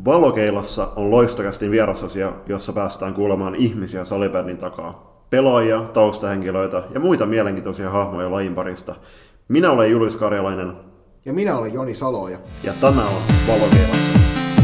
Valokeilassa on Loistokästin vierasasia, jossa päästään kuulemaan ihmisiä salibändin takaa. Pelaajia, taustahenkilöitä ja muita mielenkiintoisia hahmoja lajin parista. Minä olen Julius Karjalainen. Ja minä olen Joni Saloja. Ja tämä on Valokeilassa.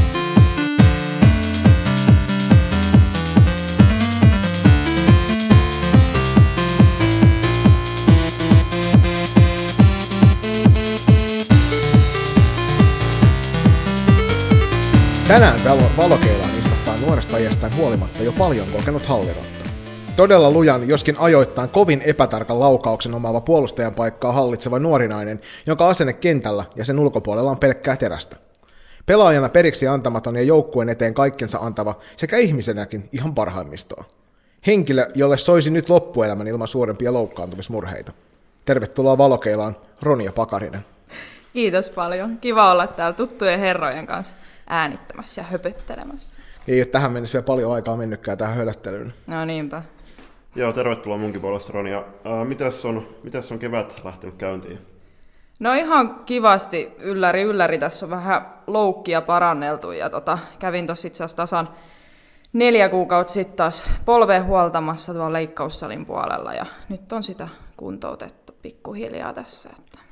Tänään Valokeilaan istuttaa nuoresta iästään huolimatta jo paljon kokenut hallirotta. Todella lujan, joskin ajoittain kovin epätarkan laukauksen omaava puolustajan paikkaa hallitseva nuorinainen, jonka asenne kentällä ja sen ulkopuolella on pelkkää terästä. Pelaajana periksi antamaton ja joukkueen eteen kaikkensa antava sekä ihmisenäkin ihan parhaimmistoa. Henkilö, jolle soisi nyt loppuelämän ilman suurempia loukkaantumismurheita. Tervetuloa Valokeilaan, Ronja Pakarinen. Kiitos paljon. Kiva olla täällä tuttujen herrojen kanssa äänittämässä ja höpöttelemässä. Ei ole tähän mennessä vielä paljon aikaa mennytkään tähän hölöttelyyn. No niinpä. Joo, tervetuloa munkin puolesta, Ronja. Mitäs on kevät lähtenyt käyntiin? No ihan kivasti ylläri. Tässä on vähän loukkia paranneltu ja kävin tuossa itse asiassa tasan 4 kuukautta sitten taas polveen huoltamassa tuolla leikkaussalin puolella ja nyt on sitä kuntoutettu pikkuhiljaa tässä.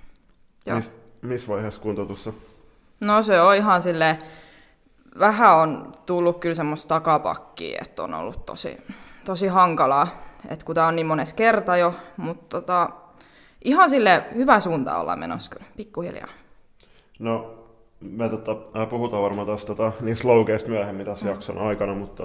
Missä vaiheessa kuntoutussa? No se on ihan silleen, vähän on tullut kyllä semmoista takapakkia, että on ollut tosi hankalaa, että kun tää on niin monessa kerta jo, mutta ihan silleen hyvä suunta ollaan menossa kyllä, pikkuhiljaa. No, me puhutaan varmaan tästä niistä loukeista myöhemmin tässä jakson aikana, mutta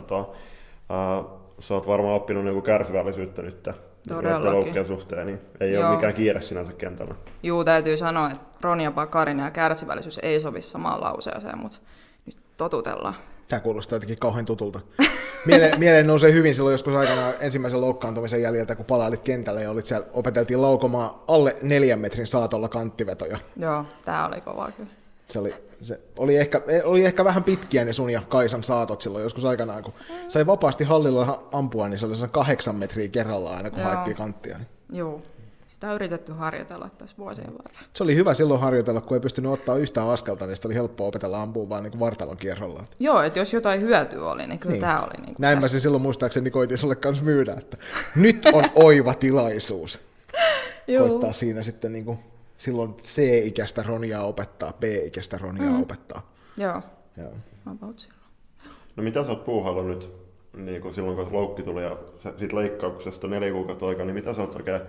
sä oot varmaan oppinut niinku kärsivällisyyttä nyt näiden loukkien suhteen, niin ei ole mikään kiire sinänsä kentällä. Juu, täytyy sanoa, että Ronja Pakarinen ja kärsivällisyys ei sovi samaan lauseeseen, mutta nyt totutellaan. Tämä kuulostaa jotenkin kauhean tutulta. Mieleen nousee hyvin silloin joskus aikana ensimmäisen loukkaantumisen jäljiltä, kun palailit kentälle ja olit siellä, opeteltiin laukomaan alle 4 metrin saatolla kanttivetoja. Joo, tää oli kovaa kyllä. Se oli ehkä vähän pitkiä ne sun ja Kaisan saatot silloin joskus aikanaan, kun sai vapaasti hallilla ampua, niin se oli 8 metriä kerrallaan aina, kun haettiin kanttia. Niin. Joo, sitä on yritetty harjoitella tässä vuosien varrella. Se oli hyvä silloin harjoitella, kun ei pystynyt ottaa yhtään askelta, niin sitä oli helppoa opetella ampua vaan niin vartalon kierrolla. Joo, että jos jotain hyötyä oli, niin kyllä niin. Tämä oli niin. Näin mä sen silloin muistaakseni koitin sulle kanssa myydä, että nyt on oiva tilaisuus. Koittaa siinä sitten niin silloin C-ikäistä Ronjaa opettaa, B-ikäistä Ronjaa opettaa. Joo. About silloin. No mitä sä oot puuhaillut nyt, niin kun silloin kun loukki tuli ja siitä leikkauksesta 4 kuukautta aikaa, niin mitä sä oot oikein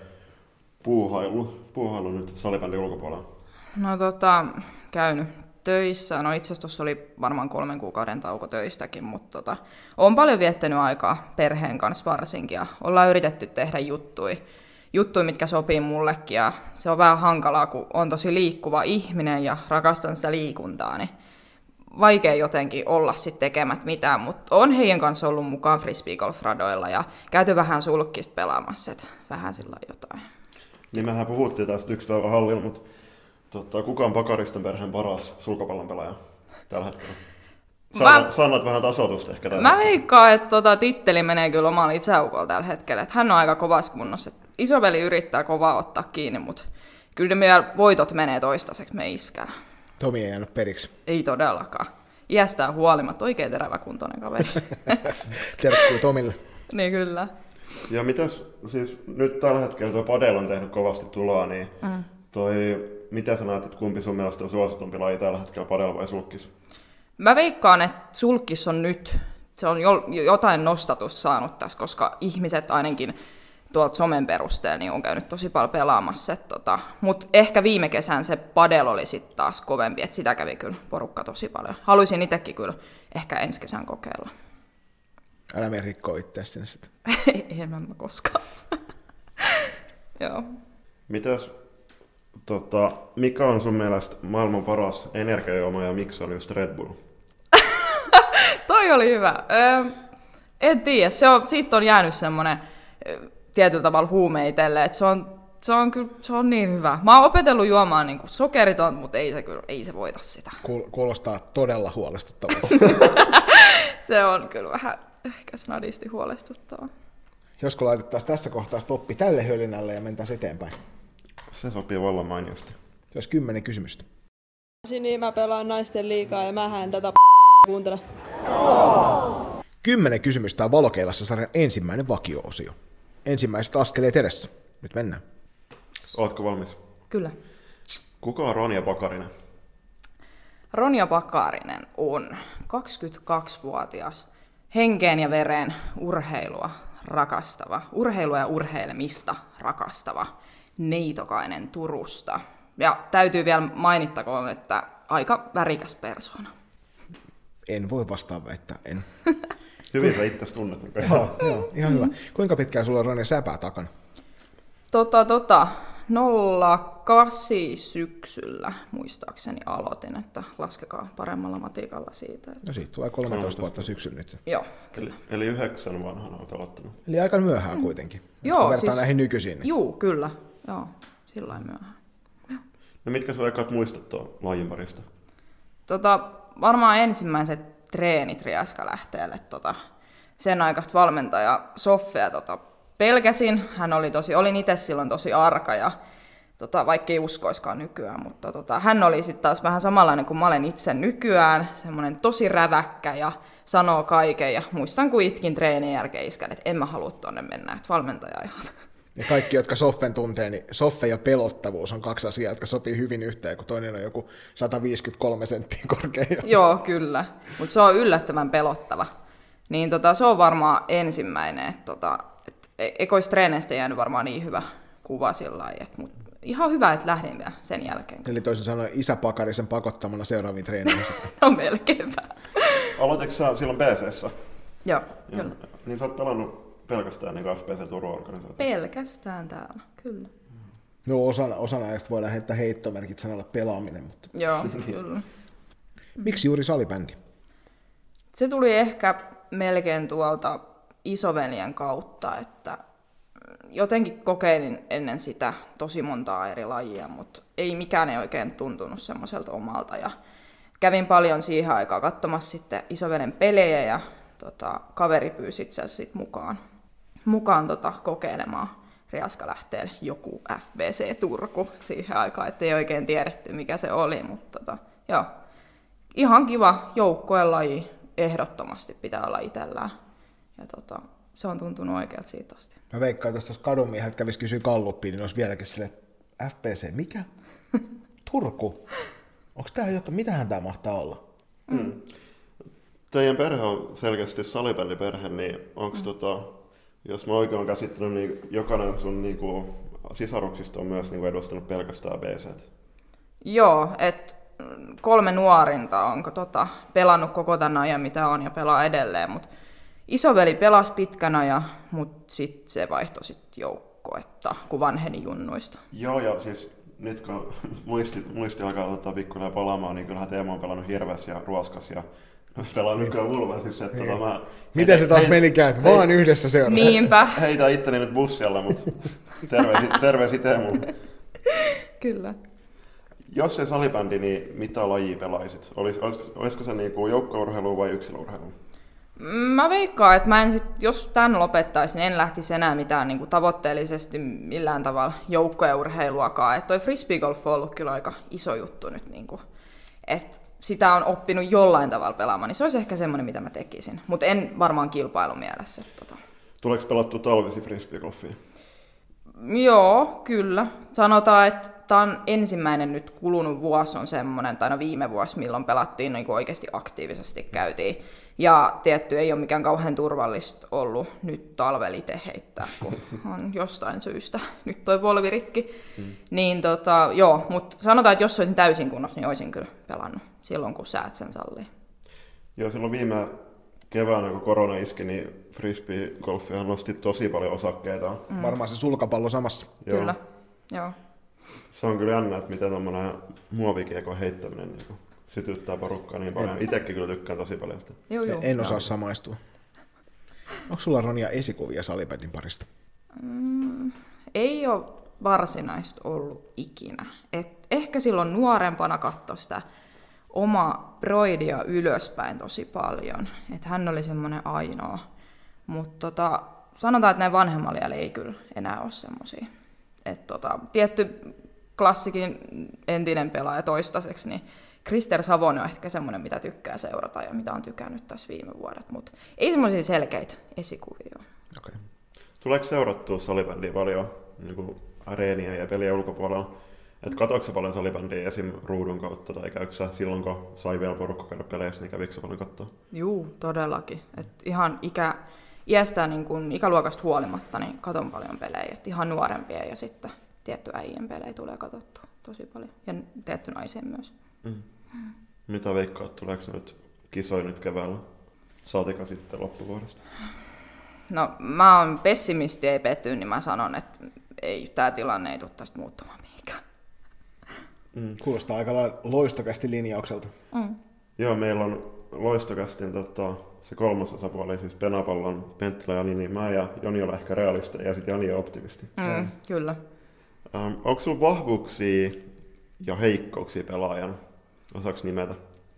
puuhaillut nyt salibändin ulkopuolella? No käynyt töissä. No itse asiassa tuossa oli varmaan 3 kuukauden tauko töistäkin, mutta olen paljon viettänyt aikaa perheen kanssa varsinkin ja ollaan yritetty tehdä juttuja, mitkä sopii mullekin ja se on vähän hankalaa, kun on tosi liikkuva ihminen ja rakastan sitä liikuntaa, niin vaikea jotenkin olla sitten tekemät mitään, mutta on heidän kanssa ollut mukaan frisbeegolf-radoilla ja käyty vähän sulkkista pelaamassa, että vähän sillä jotain. Niin mehän puhuttiin tästä yksi päivä hallilla, mutta kuka on Pakaristen perheen paras sulkapallon pelaaja tällä hetkellä? Sanot vähän tasoitusta ehkä tällä. Mä veikkaan, että titteli menee kyllä omalla isäukolla tällä hetkellä. Että hän on aika kovassa kunnossa. Isoveli yrittää kovaa ottaa kiinni, mutta kyllä meidän voitot menee toistaiseksi meidän iskällä. Tomi ei jäänyt periksi. Ei todellakaan. Iästään huolimatta, oikein teräväkuntoinen kaveri. Terkkuu Tomille. Niin kyllä. Ja mitäs, siis nyt tällä hetkellä tuo padel on tehnyt kovasti tuloa, niin mitä sä näet, että kumpi sun mielestä on suositumpi laji tällä hetkellä, padel vai sulkkis? Mä veikkaan, että sulkkis on nyt, se on jotain nostatusta saanut tässä, koska ihmiset ainakin tuolta somen perusteella niin on käynyt tosi paljon pelaamassa. Mutta ehkä viime kesän se padel oli sitten taas kovempi, että sitä kävi kyllä porukka tosi paljon. Haluaisin itsekin kyllä ehkä ensi kesän kokeilla. Älä mene rikkoa itseäsi sinne sitten. En mä koskaan. Joo. Mitäs, mikä on sun mielestä maailman paras energiajuoma ja miksi on just Red Bull? Toi oli hyvä. En tiedä, siitä on jäänyt semmoinen tietyllä tavalla huume itselle, että se on niin hyvä. Mä oon opetellut juomaan niin sokeriton, mutta ei se voita sitä. Kuulostaa todella huolestuttavalta. Se on kyllä vähän ehkä snadisti huolestuttavaa. Josko laitettaisiin tässä kohtaa stoppi tälle hölinälle ja mentäisiin eteenpäin? Se sopii vallan mainiosti. Jos 10 kysymystä. Niin mä pelaan naisten liigaa ja mähän tätä kuuntele. 10 kysymystä on Valokeilassa sarjan ensimmäinen vakio-osio. Ensimmäiset askeleet edessä. Nyt mennään. Oletko valmis? Kyllä. Kuka on Ronja Pakarinen? Ronja Pakarinen on 22-vuotias, henkeen ja vereen urheilua rakastava, urheilua ja urheilemista rakastava neitokainen Turusta. Ja täytyy vielä mainittakoon, että aika värikäs persoona. En voi vastaan väittää, en. Hyvin sä itse tunnet. Joo, ihan hyvä. Kuinka pitkään sulla on Ronja säpää takana? 08 syksyllä muistaakseni aloitin, että laskekaa paremmalla matikalla siitä. No siitä tulee 13 vuotta syksyn nyt. Joo, kyllä. Eli 9 vanhana olet aloittanut. Eli aika myöhään kuitenkin. Joo, vertaan siis näihin nykyisiin. Niin. Juu, kyllä. Joo, sillain myöhään. Joo. No mitkä sun ekat muistat tuon lajin parista? Varmaan ensimmäiset treenit Riaskalähteelle. Sen aikaista valmentaja Soffea pelkäsin. Hän olin itse silloin tosi arka ja vaikka ei uskoiskaan nykyään, mutta hän oli sitten taas vähän samanlainen kuin mä olen itse nykyään, semmoinen tosi räväkkä ja sanoo kaiken ja muistan kun itkin treenin jälkeen iskän, että en mä halua tonne mennä, että valmentaja ihan. Ja kaikki, jotka Soffen tuntee, niin Soffe ja pelottavuus on 2 asiaa, jotka sopii hyvin yhteen, kun toinen on joku 153 senttiä korkea. Joo, kyllä, mutta se on yllättävän pelottava. Niin se on varmaan ensimmäinen, että ekoistreeneistä jäänyt varmaan niin hyvä kuva sillä lailla, mutta ihan hyvä, että lähdin vielä sen jälkeen. Eli toisin sanoen isä Pakarisen pakottamana seuraaviin treeneihin. No melkeinpä. Aloititko sä silloin BC:ssä? Joo, kyllä. Niin sä oot pelannut pelkästään niin FBC Turun organisaatiossa? Pelkästään täällä, kyllä. No osana näistä voidaan heittää heittomerkit sanalla pelaaminen. Mutta. Joo, kyllä. Miksi juuri salibändi? Se tuli ehkä melkein tuolta isoveljen kautta, että jotenkin kokeilin ennen sitä tosi montaa eri lajia, mutta mikään ei oikein tuntunut semmoiselta omalta. Ja kävin paljon siihen aikaan katsomassa sitten isovelen pelejä ja kaveri pyysi itse asiassa mukaan kokeilemaan Riaskalähteelle joku FBC Turku siihen aikaan, ettei oikein tiedetty mikä se oli, mutta joo, ihan kiva joukkuelaji, ehdottomasti pitää olla itsellään. Ja se on tuntunut oikealta siitä asti. Mä veikkaan, että jos kadunmiehet kävisi kysyä Galluppiin, niin olisi vieläkin silleen, että FBC, mikä? Turku? Onko tämä jotain, mitähän tämä mahtaa olla? Teidän perhe on selkeästi salibändiperhe, niin onko jos mä oikein olen käsittänyt, niin jokainen sun sisaruksista on myös edustanut pelkästään BC:tä? Joo, että 3 nuorinta onko pelannut koko tämän ajan, mitä on, ja pelaa edelleen, mutta isoveli pelasi pitkän ajan, mutta sitten se vaihtoi joukkoetta, kun vanheni junnuista. Joo, ja siis nyt kun muisti alkaa pikkuhiljaa palaamaan, niin kyllähän Teemo on pelannut Hirves ja Ruoskas ja pelaa nykyään Vulvasissa. Miten se taas menikään? Vaan yhdessä seurassa. Niinpä. Heitä itteni nyt bussialla, mutta terveisi Teemu. Kyllä. Jos se salibändi, niin mitä lajia pelaisit? Olisiko se joukkueurheilu vai yksilöurheilu? Mä veikkaan, että jos tämän lopettaisin, en lähtisi enää mitään tavoitteellisesti millään tavalla joukkueurheiluakaan. Että toi frisbeegolf on ollut kyllä aika iso juttu nyt. Että sitä on oppinut jollain tavalla pelaamaan, niin se olisi ehkä semmoinen, mitä mä tekisin. Mutta en varmaan kilpailumielessä. Tuleeko pelattua talvisi frisbeegolfia? Joo, kyllä. Sanotaan, että tämä on ensimmäinen nyt kulunut vuosi on semmoinen, tai viime vuosi, milloin pelattiin oikeasti aktiivisesti käytiin. Ja tietty ei ole mikään kauhean turvallista ollut nyt talvella itse heittää, kun on jostain syystä nyt toi polvi rikki. Niin joo, mutta sanotaan, että jos olisin täysin kunnossa, niin olisin kyllä pelannut silloin, kun säät sen sallii. Joo, silloin viime keväänä, kun korona iski, niin frisbeegolfihan nosti tosi paljon osakkeita. Varmaan se sulkapallo samassa. Kyllä, joo. Se on kyllä jännä, että miten tommoinen muovikiekon heittäminen sytyttää porukkaa niin paljon. Itsekin kyllä tykkään tosi paljon. Joo. En osaa samaistua. Onko sulla, Ronja, esikuvia salibändin parista? Ei ole varsinaista ollut ikinä. Ehkä silloin nuorempana katsoi sitä omaa broidia ylöspäin tosi paljon. Hän oli semmoinen ainoa. Mutta sanotaan, että näin vanhemmalla jäljellä ei kyllä enää ole semmoisia. Tietty klassikin entinen pelaaja toistaiseksi, niin Krister Savonen on ehkä semmoinen, mitä tykkää seurata ja mitä on tykännyt tässä viime vuodet, mutta ei semmoisia selkeitä esikuvia. Okay. Tuleeko seurattua salibändiä paljon niin areenia ja pelien ulkopuolella? Että katsoitko paljon salibändiä esim. Ruudun kautta tai käykö sä silloin, kun sai vielä porukka käydä peleissä, niin kävikö sä paljon katsoa? Juu, todellakin. Et ihan iästä niin kun ikäluokasta huolimatta niin katon paljon pelejä. Et ihan nuorempia ja sitten tietty äijien pelejä tulee katsottua tosi paljon. Ja tietty naisien myös. Mitä veikkaat, tuleeko nyt kisoja nyt keväällä? Saatika sitten loppuvuodesta? No mä oon pessimisti, ei petty, niin mä sanon, että tää tilanne ei tule tästä muuttumaan mihinkään. Kuulostaa aika loistokästi linjaukselta. Joo, meillä on loistokästin se kolmas osapuoli, siis Penapallon Penttilä ja Nini. Mä ja Joni on ehkä realista ja sitten Jani on optimisti. Kyllä. Onko sulla vahvuuksia ja heikkouksia pelaajana? Osaako nimetä?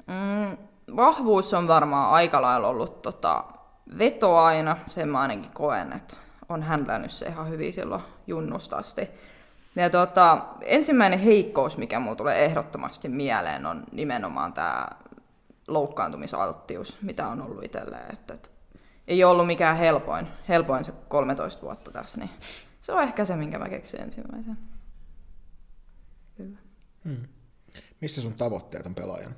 Vahvuus on varmaan aika lailla ollut veto aina. Sen mä ainakin koen, että on händlännyt se ihan hyvin silloin junnusta asti. Ja ensimmäinen heikkous, mikä mulla tulee ehdottomasti mieleen, on nimenomaan tämä loukkaantumisalttius, mitä on ollut itselleen. Että ei ole ollut mikään helpoin se 13 vuotta tässä, niin se on ehkä se, minkä mä keksin ensimmäisen. Kyllä. Missä sun tavoitteet on pelaajana?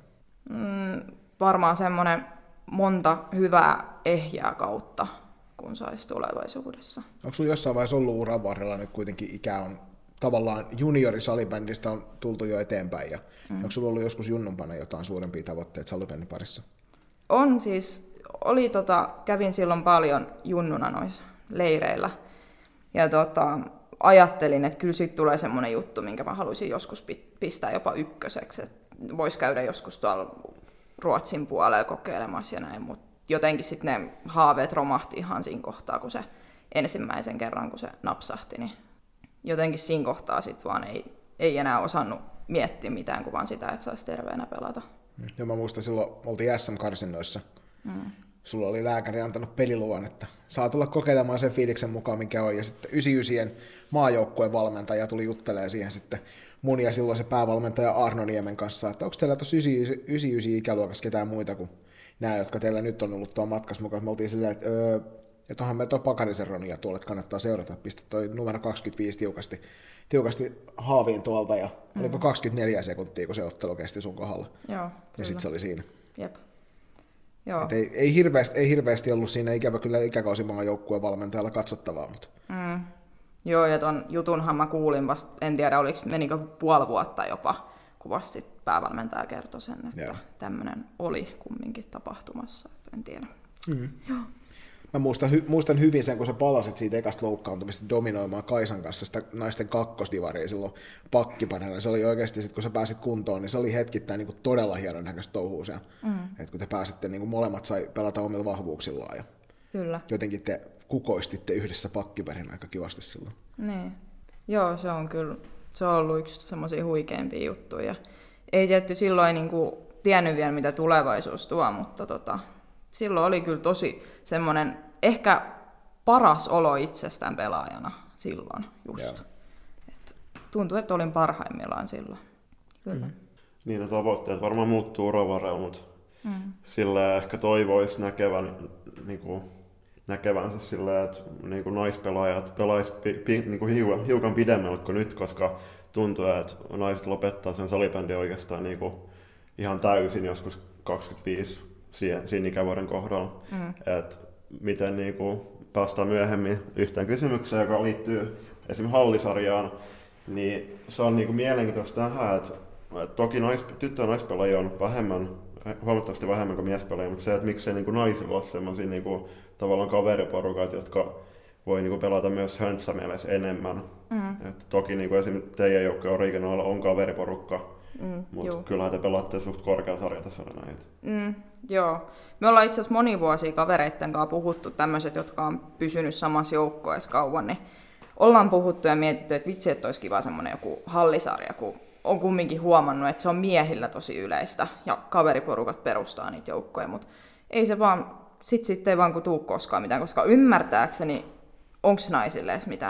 Varmaan semmoinen monta hyvää ehjää kautta, kun saisi tulevaisuudessa. Onko sulla jossain vaiheessa ollut uran varrella, nyt kuitenkin ikä on tavallaan juniorisalibändistä on tultu jo eteenpäin, ja onko sulla ollut joskus junnumpana jotain suurempia tavoitteita salibändin parissa? On siis, kävin silloin paljon junnuna noissa leireillä, ja ajattelin, että kyllä siitä tulee semmoinen juttu, minkä mä haluaisin joskus pistää jopa ykköseksi, että vois käydä joskus tuolla Ruotsin puolella kokeilemassa ja näin, mutta jotenkin sitten ne haaveet romahti ihan siinä kohtaa, kun se ensimmäisen kerran, kun se napsahti, niin jotenkin siinä kohtaa sitten vaan ei enää osannut miettiä mitään kuin vaan sitä, että saisi terveenä pelata. Ja mä muistan silloin, oltiin SM-karsinnoissa. Sulla oli lääkäri antanut peliluvan, että saa tulla kokeilemaan sen fiiliksen mukaan, mikä on. Ja sitten 99 maajoukkueen valmentaja tuli juttelemaan siihen sitten mun ja silloin se päävalmentaja Arno Niemen kanssa, että onko teillä tuossa 99 ikäluokassa ketään muita kuin nämä, jotka teillä nyt on ollut tuon matkassa mukaan. Me oltiin silleen, että onhan me tuo Pakarisen Ronia tuolla, että kannattaa seurata, pistä toi numero 25 tiukasti haaviin tuolta, ja oliko 24 sekuntia, kun se ottelu kesti sun kohdalla. Joo, ja sitten se oli siinä. Jep. Joo. Ei hirveästi ollut siinä ikävä kyllä ikäkausimaan joukkueen valmentajalla katsottavaa. Mutta. Joo, ja ton jutunhan mä kuulin vasta, en tiedä menikö puoli vuotta jopa, kun vasta päävalmentaja kertoi sen, että tämmöinen oli kumminkin tapahtumassa, en tiedä. Joo. Mä muistan hyvin sen, kun sä palasit siitä ekasta loukkaantumista dominoimaan Kaisan kanssa sitä naisten kakkosdivaria silloin pakkiparina. Se oli oikeasti, sit, kun sä pääsit kuntoon, niin se oli hetkittäin niin kuin todella hienon näköistä touhua siellä. Että kun te pääsitte, niin kuin molemmat sai pelata omilla vahvuuksillaan. Ja kyllä. Jotenkin te kukoistitte yhdessä pakkiparina aika kivasti silloin. Niin. Joo, se on kyllä, se on ollut yksi semmoisia huikeimpia juttuja. Ei tietty silloin niin kuin tiennyt vielä, mitä tulevaisuus tuo, mutta silloin oli kyllä tosi semmoinen ehkä paras olo itsestään pelaajana silloin just. Tuntui, että olin parhaimmillaan silloin. Kyllä. Niin, ne tavoitteet varmaan muuttuu uran varrella, mutta sillä ehkä toivoisi näkevänsä sillä, että niin kuin naispelaajat pelaisivat niin hiukan pidemmälle kuin nyt, koska tuntuu, että naiset lopettaa sen salibändin oikeastaan niin kuin ihan täysin joskus 25 siinä ikävuoden kohdalla. Et miten niin kuin päästään myöhemmin yhteen kysymykseen, joka liittyy esimerkiksi hallisarjaan, niin se on niin kuin mielenkiintoista nähdä, että toki tyttö- ja naispelaajia on huomattavasti vähemmän kuin miespelaajia, mutta se, että miksei niin kuin naisilla ole sellaisia niin kuin tavallaan kaveriporukat, jotka voi niin kuin pelata myös höntsämielessä enemmän. Et toki niin kuin esimerkiksi teidän joukkojen Originalla on kaveriporukka, mutta kyllähän te pelaatte suht korkeasarjatasolla näitä. Joo. Me ollaan itse asiassa moni vuosia kavereitten kanssa puhuttu, tämmöiset, jotka on pysynyt samassa joukkueessa kauan, niin ollaan puhuttu ja mietitty, että vitsi, että olisi kiva semmoinen joku hallisarja, kun on kumminkin huomannut, että se on miehillä tosi yleistä ja kaveriporukat perustaa niitä joukkoja, mutta ei se vaan, sit ei vaan tuu koskaan mitään, koska ymmärtääkseni onko naisille edes mitään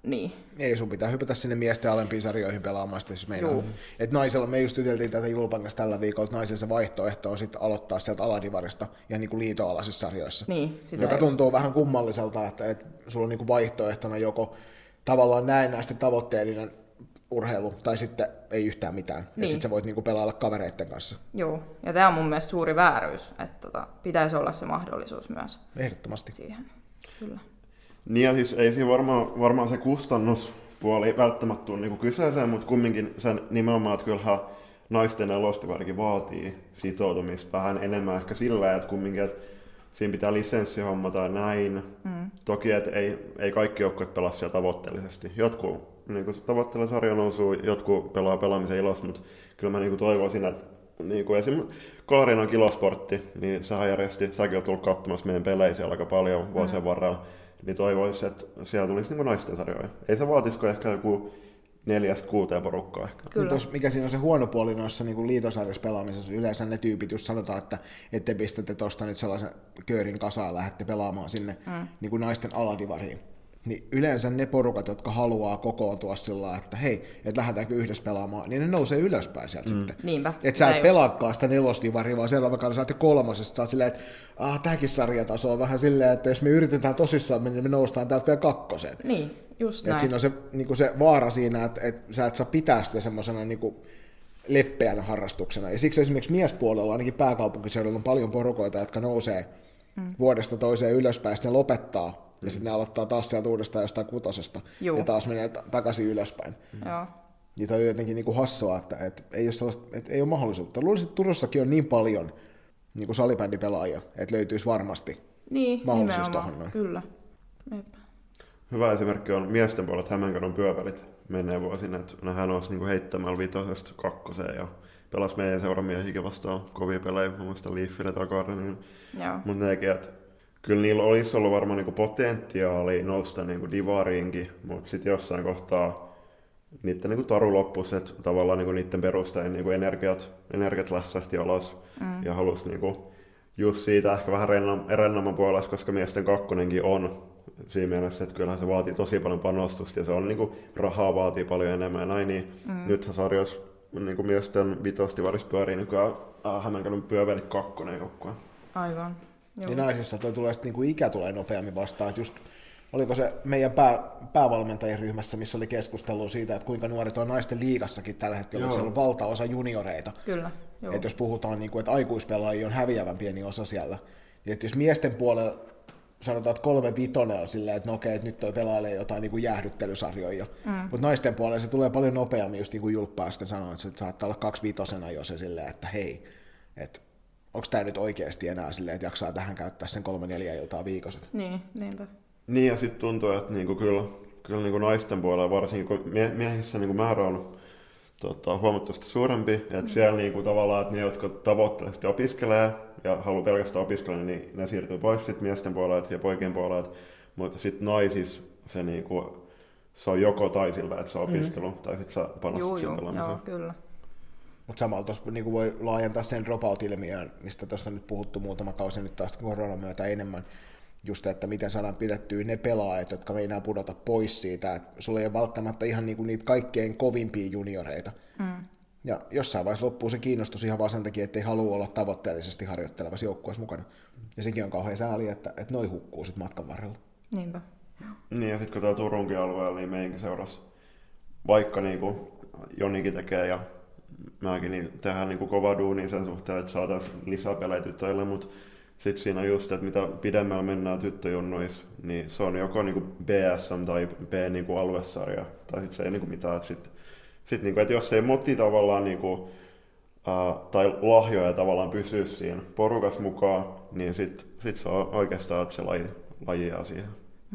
Niin. Ei, sun pitää hypätä sinne miesten alempiin sarjoihin pelaamaan sitä, jos meinaa. Että naisella, me just juteltiin tätä Julpan kanssa tällä viikolla, että naisella se vaihtoehto on sitten aloittaa sieltä aladivarista ja niin kuin liitoalaisissa sarjoissa. Niin, joka tuntuu vähän kummalliselta, että sulla on niin kuin vaihtoehtona joko tavallaan näennäisesti tavoitteellinen urheilu, tai sitten ei yhtään mitään. Niin. Että sitten sä voit niinku pelailla kavereiden kanssa. Joo, ja tämä on mun mielestä suuri vääryys, että pitäisi olla se mahdollisuus myös. Ehdottomasti. Siihen, kyllä. Niin ja siis ei siinä varmaan se kustannuspuoli välttämättä tule niinku kyseeseen, mutta kumminkin sen nimenomaan, että kyllähän naisten elostivarkin vaatii sitoutumista vähän enemmän ehkä sillä, että kumminkin, että siinä pitää lisenssihomma tai näin. Toki, että ei kaikki joukkueet pelaa siellä tavoitteellisesti. Jotkut niin tavoittelee sarjan nousua, jotkut pelaa pelaamisen ilosta, mutta kyllä mä niin toivoisin, että niin esimerkiksi Kaarinan Kilosportti, niin säkin oot tullut katsomassa meidän pelejä siellä aika paljon vuosien varrella, niin toivoisin, että siellä tulisi niin naisten sarjoja. Ei se vaatisiko ehkä joku 4-6 porukkaa ehkä. Mikä siinä on se huono puoli noissa niin liitosarjoissa pelaamisessa? Yleensä ne tyypit, jos sanotaan, että ette pistätte tuosta nyt sellaisen köörin kasaan ja lähdette pelaamaan sinne niin kuin naisten aladivariin. Niin yleensä ne porukat, jotka haluaa kokoontua sillä että hei, että lähdetäänkö yhdessä pelaamaan, niin ne nousee ylöspäin sieltä sitten. Niinpä. Että sä et pelaakaan sitä nelosdivaria, vaan seuraava kaudella sä oot jo kolmosesta. Sä oot silleen, että tämäkin sarjataso on vähän silleen, että jos me yritetään tosissaan, niin me noustaan täältä vielä kakkoseen. Niin, just näin. Että siinä on se, niin se vaara siinä, että sä et saa pitää sitä semmoisena niin leppeänä harrastuksena. Ja siksi esimerkiksi miespuolella, ainakin pääkaupunkiseudulla, on paljon porukoita, jotka nousee vuodesta toiseen ylöspäin, ja sitten ne lopettaa. Ja sitten ne aloittaa taas sieltä uudestaan jostain kutosesta. Ja taas menee takaisin ylöspäin. Joo. Niin toi on jotenkin niinku hassua, että ei ole sellaista, että ei ole mahdollisuutta. Luulisin, että Turussakin on niin paljon niinku salibändipelaajia, että löytyisi varmasti mahdollisuus tuohon. Kyllä. Hyvä esimerkki on miesten puolella Hämeenkadon pyövälit menneen vuosina, että hän olisi niinku heittämällä 5-2 ja pelasi meidän seuramiehikin vastaan kovia pelejä, muun muassa Leafille tai Gardenin. Mutta nekin, että kyllä niillä olisi ollut varmaan niinku potentiaali nousta niinku divariinkin, mutta sitten jossain kohtaa niiden niinku taru loppuisi, että tavallaan niinku niiden perustein niinku energiat lässähti alas ja halusi niinku just siitä ehkä vähän rennomman puolesta, koska miesten kakkonenkin on siinä mielessä, että kyllähän se vaatii tosi paljon panostusta ja se on niinku, rahaa vaatii paljon enemmän ja näin, niin nythän sarjassa niinku miesten vitosdivarissa pyörii nykyään Hämeenkadon pyövälit 2 joukkue. Aivan. Joo. Niin naisissa tulee sitten niinku ikä tulee nopeammin vastaan, että just oliko se meidän päävalmentajien ryhmässä, missä oli keskustelua siitä, että kuinka nuoret on naisten liigassakin tällä hetkellä, siellä on valtaosa junioreita. Kyllä, joo. Että jos puhutaan, niin kuin, että aikuispelaajia on häviävän pieni osa siellä, niin että jos miesten puolella sanotaan, että 3-5 on silleen, että no okei, että nyt toi pelailee jotain niin kuin jäähdyttelysarjoja, mutta naisten puolella se tulee paljon nopeammin, just niin kuin Julppa äsken sanoi, että se saattaa olla 2-5 jo se silleen, että hei, että onko tämä nyt oikeasti enää silleen, että jaksaa tähän käyttää sen 3-4 iltaa viikoset? Niin, niinpä. Niin ja sitten tuntuu, että niinku kyllä niinku naisten puolella varsinkin, kun miehissä niinku määrä on huomattavasti suurempi, että siellä niinku tavallaan, että ne, jotka tavoitteellisesti opiskelee ja haluaa pelkästään opiskella, niin ne siirtyy pois sitten miesten puolelta ja poikien puolelta, mutta sitten naisissa se, niinku, se on joko tai sillä, että se on opiskelu tai sitten sä panostat siihen pelaamiseen. Joo, kyllä. Mutta samalla tuossa niin voi laajentaa sen dropout-ilmiöön, mistä tuosta nyt puhuttu muutama kausi nyt taas koronan myötä enemmän, just että miten saadaan pidettyä ne pelaajat, jotka meinaa pudota pois siitä, että sulla ei ole välttämättä ihan niinku niitä kaikkein kovimpia junioreita. Ja jossain vaiheessa loppuu se kiinnostus ihan vaan sen takia, ettei halua olla tavoitteellisesti harjoittelevassa joukkueessa mukana. Ja sekin on kauhean sääli, että noi hukkuu sitten matkan varrella. Niinpä. Niin ja sitten kun täällä Turunkin alueella, niin meidänkin seurasi, vaikka niinku Jonikin tekee ja mäkin niin tehdään niin kovaa duunia sen suhteen, että saataisiin lisää pelejä tytöille, mutta sitten siinä on just, että mitä pidemmällä mennään tyttöjunnuissa, niin se on joko niin BSM tai B-aluesarja, tai sitten se ei niin mitään. Sitten niin että jos ei moti tavallaan niin kuin, tai lahjoja tavallaan pysyä siinä porukas mukaan, niin sit se on oikeastaan, että se laji jää siihen.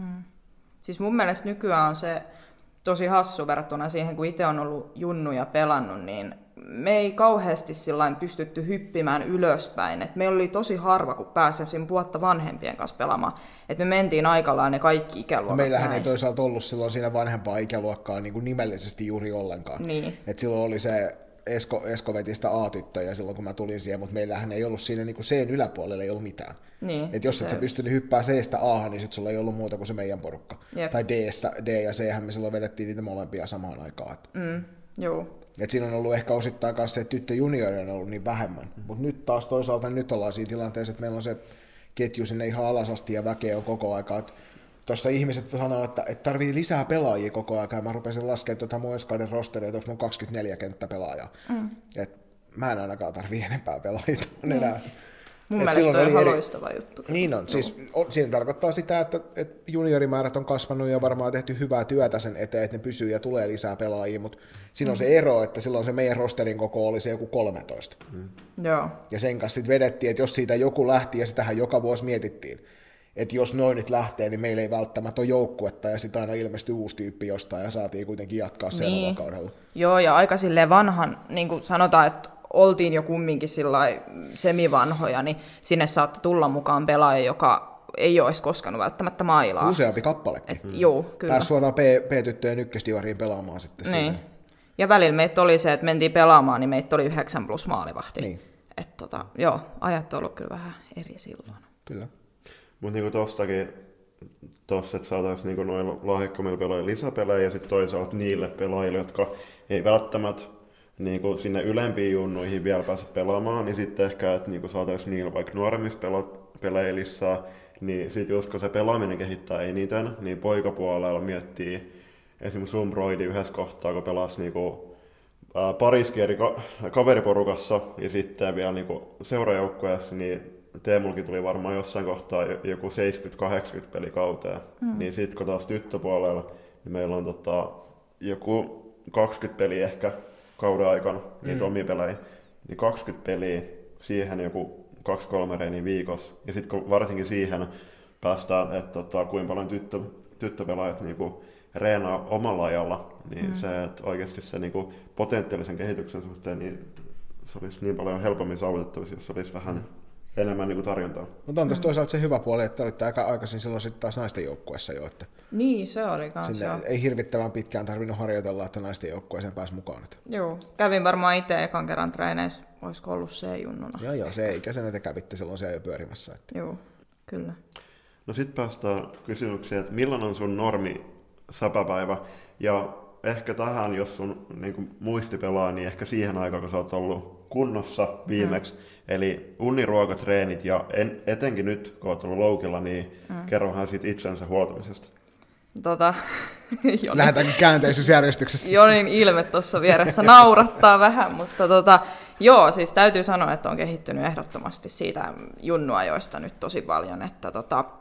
Siis mun mielestä nykyään on se tosi hassu verrattuna siihen, kun itse on ollut junnuja pelannut, niin me ei kauheasti sillain pystytty hyppimään ylöspäin. Et meillä oli tosi harva, kun pääsi vuotta vanhempien kanssa pelaamaan. Et me mentiin aikallaan ne kaikki ikäluokat. Meillähän näin. ei toisaalta ollut silloin siinä vanhempaa ikäluokkaa niin kuin nimellisesti juuri ollenkaan. Niin. Et silloin oli se Esko veti sitä A-tyttöjä silloin, kun mä tulin siihen, mutta meillähän ei ollut siinä niin kuin C:n yläpuolella ei ollut mitään. Niin, että jos et sä pystynyt hyppää C:stä A:han, niin sit sulla ei ollut muuta kuin se meidän porukka. Jep. Tai D ja C:hän me silloin vedettiin niitä molempia samaan aikaan. Joo. Et siinä on ollut ehkä osittain kanssa se, että tyttöjuniori on ollut niin vähemmän. Mutta nyt taas toisaalta nyt ollaan siinä tilanteessa, että meillä on se ketju sinne ihan alas asti ja väkeä on koko aika. Tuossa ihmiset sanoo, että tarvii lisää pelaajia koko ajan. Ja mä rupesin laskemaan tuota mun enskaiden rosteria, että onko mun 24 kenttäpelaajaa. Et mä en ainakaan tarvii enempää pelaajia enää. Mun mielestä on ihan loistava juttu. Niin on. Siis, siinä tarkoittaa sitä, että juniorimäärät on kasvanut ja varmaan tehty hyvää työtä sen eteen, että ne pysyy ja tulee lisää pelaajia, mutta siinä on se ero, että silloin se meidän rosterin koko oli se joku 13. Joo. Ja sen kanssa sitten vedettiin, että jos siitä joku lähti, ja sitähän joka vuosi mietittiin, että jos noin nyt lähtee, niin meillä ei välttämättä ole joukkuetta, ja sitten aina ilmestyi uusi tyyppi jostain, ja saatiin kuitenkin jatkaa seuraavalla kaudella. Joo, ja aika silleen vanhan, niin kuin sanotaan, että oltiin jo kumminkin semivanhoja, niin sinne saattoi tulla mukaan pelaaja, joka ei olisi koskaan välttämättä mailaa. Useampi kappalekin. Joo, kyllä. Pääsi suoraan P-tyttöjen ykkösdivariin pelaamaan sitten. Niin. Ja välillä meitä oli se, että mentiin pelaamaan, niin meitä oli 9+ maalivahti. Niin. Että joo, ajat on ollut kyllä vähän eri silloin. Kyllä. Mutta niinku tostakin, että saataisiin niinku noilla lahjakkaamilla pelaajilla lisäpelejä ja sitten toisaalta niille pelaajille, jotka ei välttämättä niinku sinne ylempiin junnuihin vielä pääse pelaamaan, niin sitten ehkä, että niinku saataisiin niillä vaikka nuoremmissa pelejä lisää, niin sitten just kun se pelaaminen kehittää eniten, niin poikapuolella miettii esimerkiksi Sumbroidi yhdessä kohtaa, kun pelasi niinku pariskin eri kaveriporukassa ja sitten vielä niinku seurajoukkueessa, niin Teemulkin tuli varmaan jossain kohtaa joku 70-80 pelikauteen. Niin sitten kun taas tyttöpuolella, niin meillä on joku 20 peliä ehkä kauden aikana, niitä omia pelejä, niin 20 peliä, siihen joku 2-3 reeniä viikossa. Ja sitten kun varsinkin siihen päästään, että kuinka paljon tyttöpelaajat niinku reenaa omalla ajalla, niin se, että oikeasti se niinku potentiaalisen kehityksen suhteen, niin se olisi niin paljon helpommin saavutettavissa, jos olisi vähän enemmän niinku tarjontaa. Mutta on tuossa toisaalta se hyvä puoli, että olitte aika aikaisin silloin sitten taas naisten joukkueessa jo. Että niin, se oli kanssa. Ei hirvittävän pitkään tarvinnut harjoitella, että naisten joukkueeseen pääsi mukaan. Joo, kävin varmaan itse ekan kerran treeneissä, olisiko ollut C-junnuna. Joo, se ikäisenä te kävitte silloin siellä jo pyörimässä. Että. Joo, kyllä. No sitten päästään kysymykseen, että millainen on sun normi säpäpäivä? Ja ehkä tähän, jos sun niin muisti pelaa, niin ehkä siihen aikaan, kun sä oot ollut kunnossa viimeksi. Eli uniruokatreenit ja etenkin nyt, kun oot ollut loukilla, niin kerrohan siitä itsensä huoltamisesta. Lähdetäänkö käänteisessä järjestyksessä? Jonin ilme tuossa vieressä naurattaa vähän, mutta joo, siis täytyy sanoa, että on kehittynyt ehdottomasti siitä junnuajoista nyt tosi paljon, että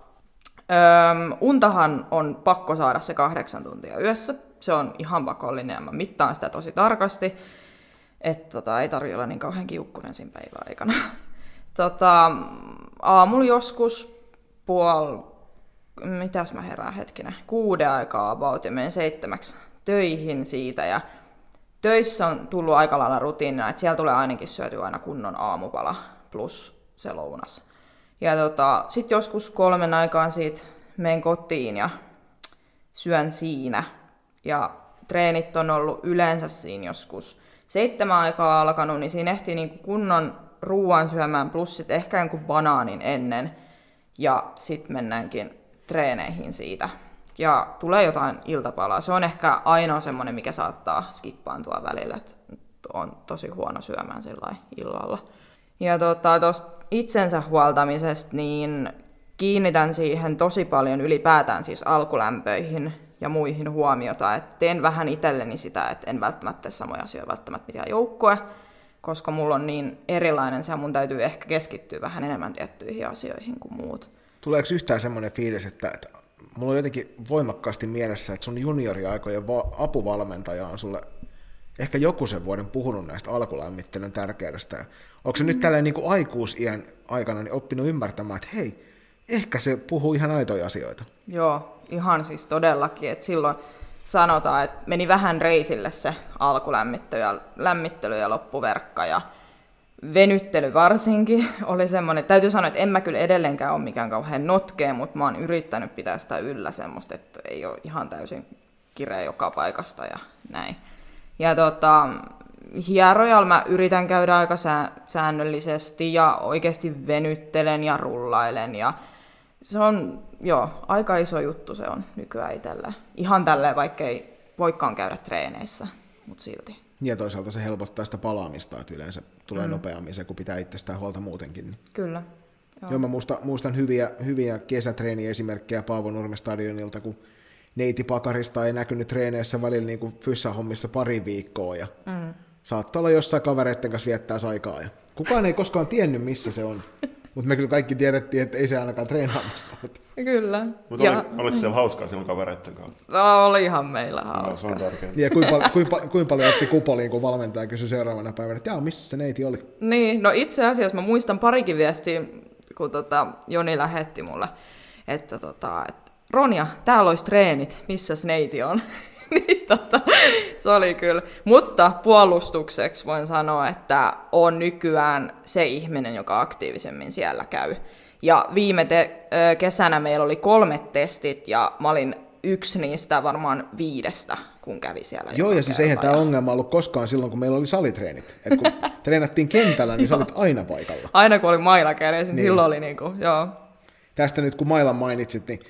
untahan on pakko saada se 8 tuntia yössä. Se on ihan pakollinen ja mä mittaan sitä tosi tarkasti, että ei tarvitse olla niin kauhean kiukkunen siinä päivän aikana. Aamulla joskus mitäs mä herään hetkinen, 6 aikaa about ja menen 7 töihin siitä ja töissä on tullut aika lailla rutiinina, että siellä tulee ainakin syötyä aina kunnon aamupala plus se lounas. Ja sit joskus 3 aikaan siitä menen kotiin ja syön siinä. Ja treenit on ollut yleensä siinä joskus 7 aikaa alkanut, niin siinä ehtii niinku kunnon ruoan syömään plus sit ehkä jonkun banaanin ennen. Ja sit mennäänkin treeneihin siitä. Ja tulee jotain iltapalaa. Se on ehkä ainoa semmonen, mikä saattaa skippaantua välillä, että on tosi huono syömään sillä illalla. Ja tuosta itsensä huoltamisesta, niin kiinnitän siihen tosi paljon ylipäätään siis alkulämpöihin ja muihin huomiota, että teen vähän itselleni sitä, että en välttämättä tee samoja asioita välttämättä mitään joukkue, koska mulla on niin erilainen se, mun täytyy ehkä keskittyä vähän enemmän tiettyihin asioihin kuin muut. Tuleeko yhtään semmoinen fiilis, että mulla on jotenkin voimakkaasti mielessä, että sun junioriaikojen apuvalmentaja on sulle ehkä joku sen vuoden puhunut näistä alkulämmittelyn tärkeydestä. Onko se nyt tälleen niin kuin aikuisiän aikana niin oppinut ymmärtämään, että hei, ehkä se puhuu ihan aitoja asioita? Joo, todellakin. Että silloin sanotaan, että meni vähän reisille se alkulämmittely ja loppuverkka ja venyttely varsinkin oli semmoinen. Täytyy sanoa, että en mä kyllä edelleenkään ole mikään kauhean notkea, mutta mä oon yrittänyt pitää sitä yllä semmoista, että ei ole ihan täysin kireä joka paikasta ja näin. Ja hierojalla mä yritän käydä aika säännöllisesti ja oikeasti venyttelen ja rullailen. Ja se on, aika iso juttu se on nykyään itsellä. Ihan tälleen, vaikka ei voikaan käydä treeneissä, mutta silti. Ja toisaalta se helpottaa sitä palaamista, että yleensä tulee nopeammin se, kun pitää itsestään huolta muutenkin. Kyllä. Joo, mä muistan hyviä kesätreeniesimerkkejä Paavo Nurmen stadionilta, kun neiti Pakarista ei näkynyt treeneissä välillä niin kuin fyssahommissa pari viikkoa, ja saattoi olla jossain kavereiden kanssa viettää aikaa. Ja kukaan ei koskaan tiennyt, missä se on. Mutta me kyllä kaikki tiedettiin, että ei se ainakaan treenaamassa. Kyllä. Mutta oliko siellä hauskaa silloin kavereiden kanssa? No, olihan meillä hauskaa. Se on tärkeää. Ja kuinka paljon otti kupoliin, kun valmentaja kysyi seuraavana päivänä, että missä se neiti oli? Niin, no itse asiassa mä muistan parikin viestiä, kun Joni lähetti mulle, että Ronja, täällä olisi treenit, missäs neiti on? Niin se oli kyllä. Mutta puolustukseksi voin sanoa, että on nykyään se ihminen, joka aktiivisemmin siellä käy. Ja viime kesänä meillä oli 3 testit ja mä olin yksi niistä varmaan 5, kun kävi siellä. Joo, ja siis eihän tämä ongelma ollut koskaan silloin, kun meillä oli salitreenit. Et kun treenattiin kentällä, niin sä olit aina paikalla. Aina kun oli mailakädessä, niin silloin oli joo. Tästä nyt kun mailan mainitsit, niin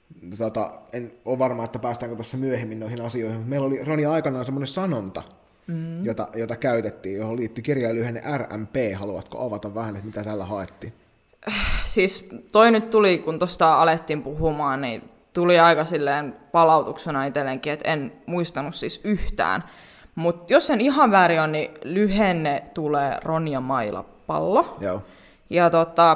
en ole varma, että päästäänkö tässä myöhemmin noihin asioihin. Meillä oli Ronja aikanaan semmoinen sanonta, jota käytettiin, johon liittyi kirjailyhenne RMP. Haluatko avata vähän, että mitä tällä haettiin? Siis toi nyt tuli, kun tuosta alettiin puhumaan, niin tuli aika silleen palautuksena itsellenkin, että en muistanut siis yhtään. Mutta jos sen ihan väärin on, niin lyhenne tulee Ronja Mailapallo. Joo. Ja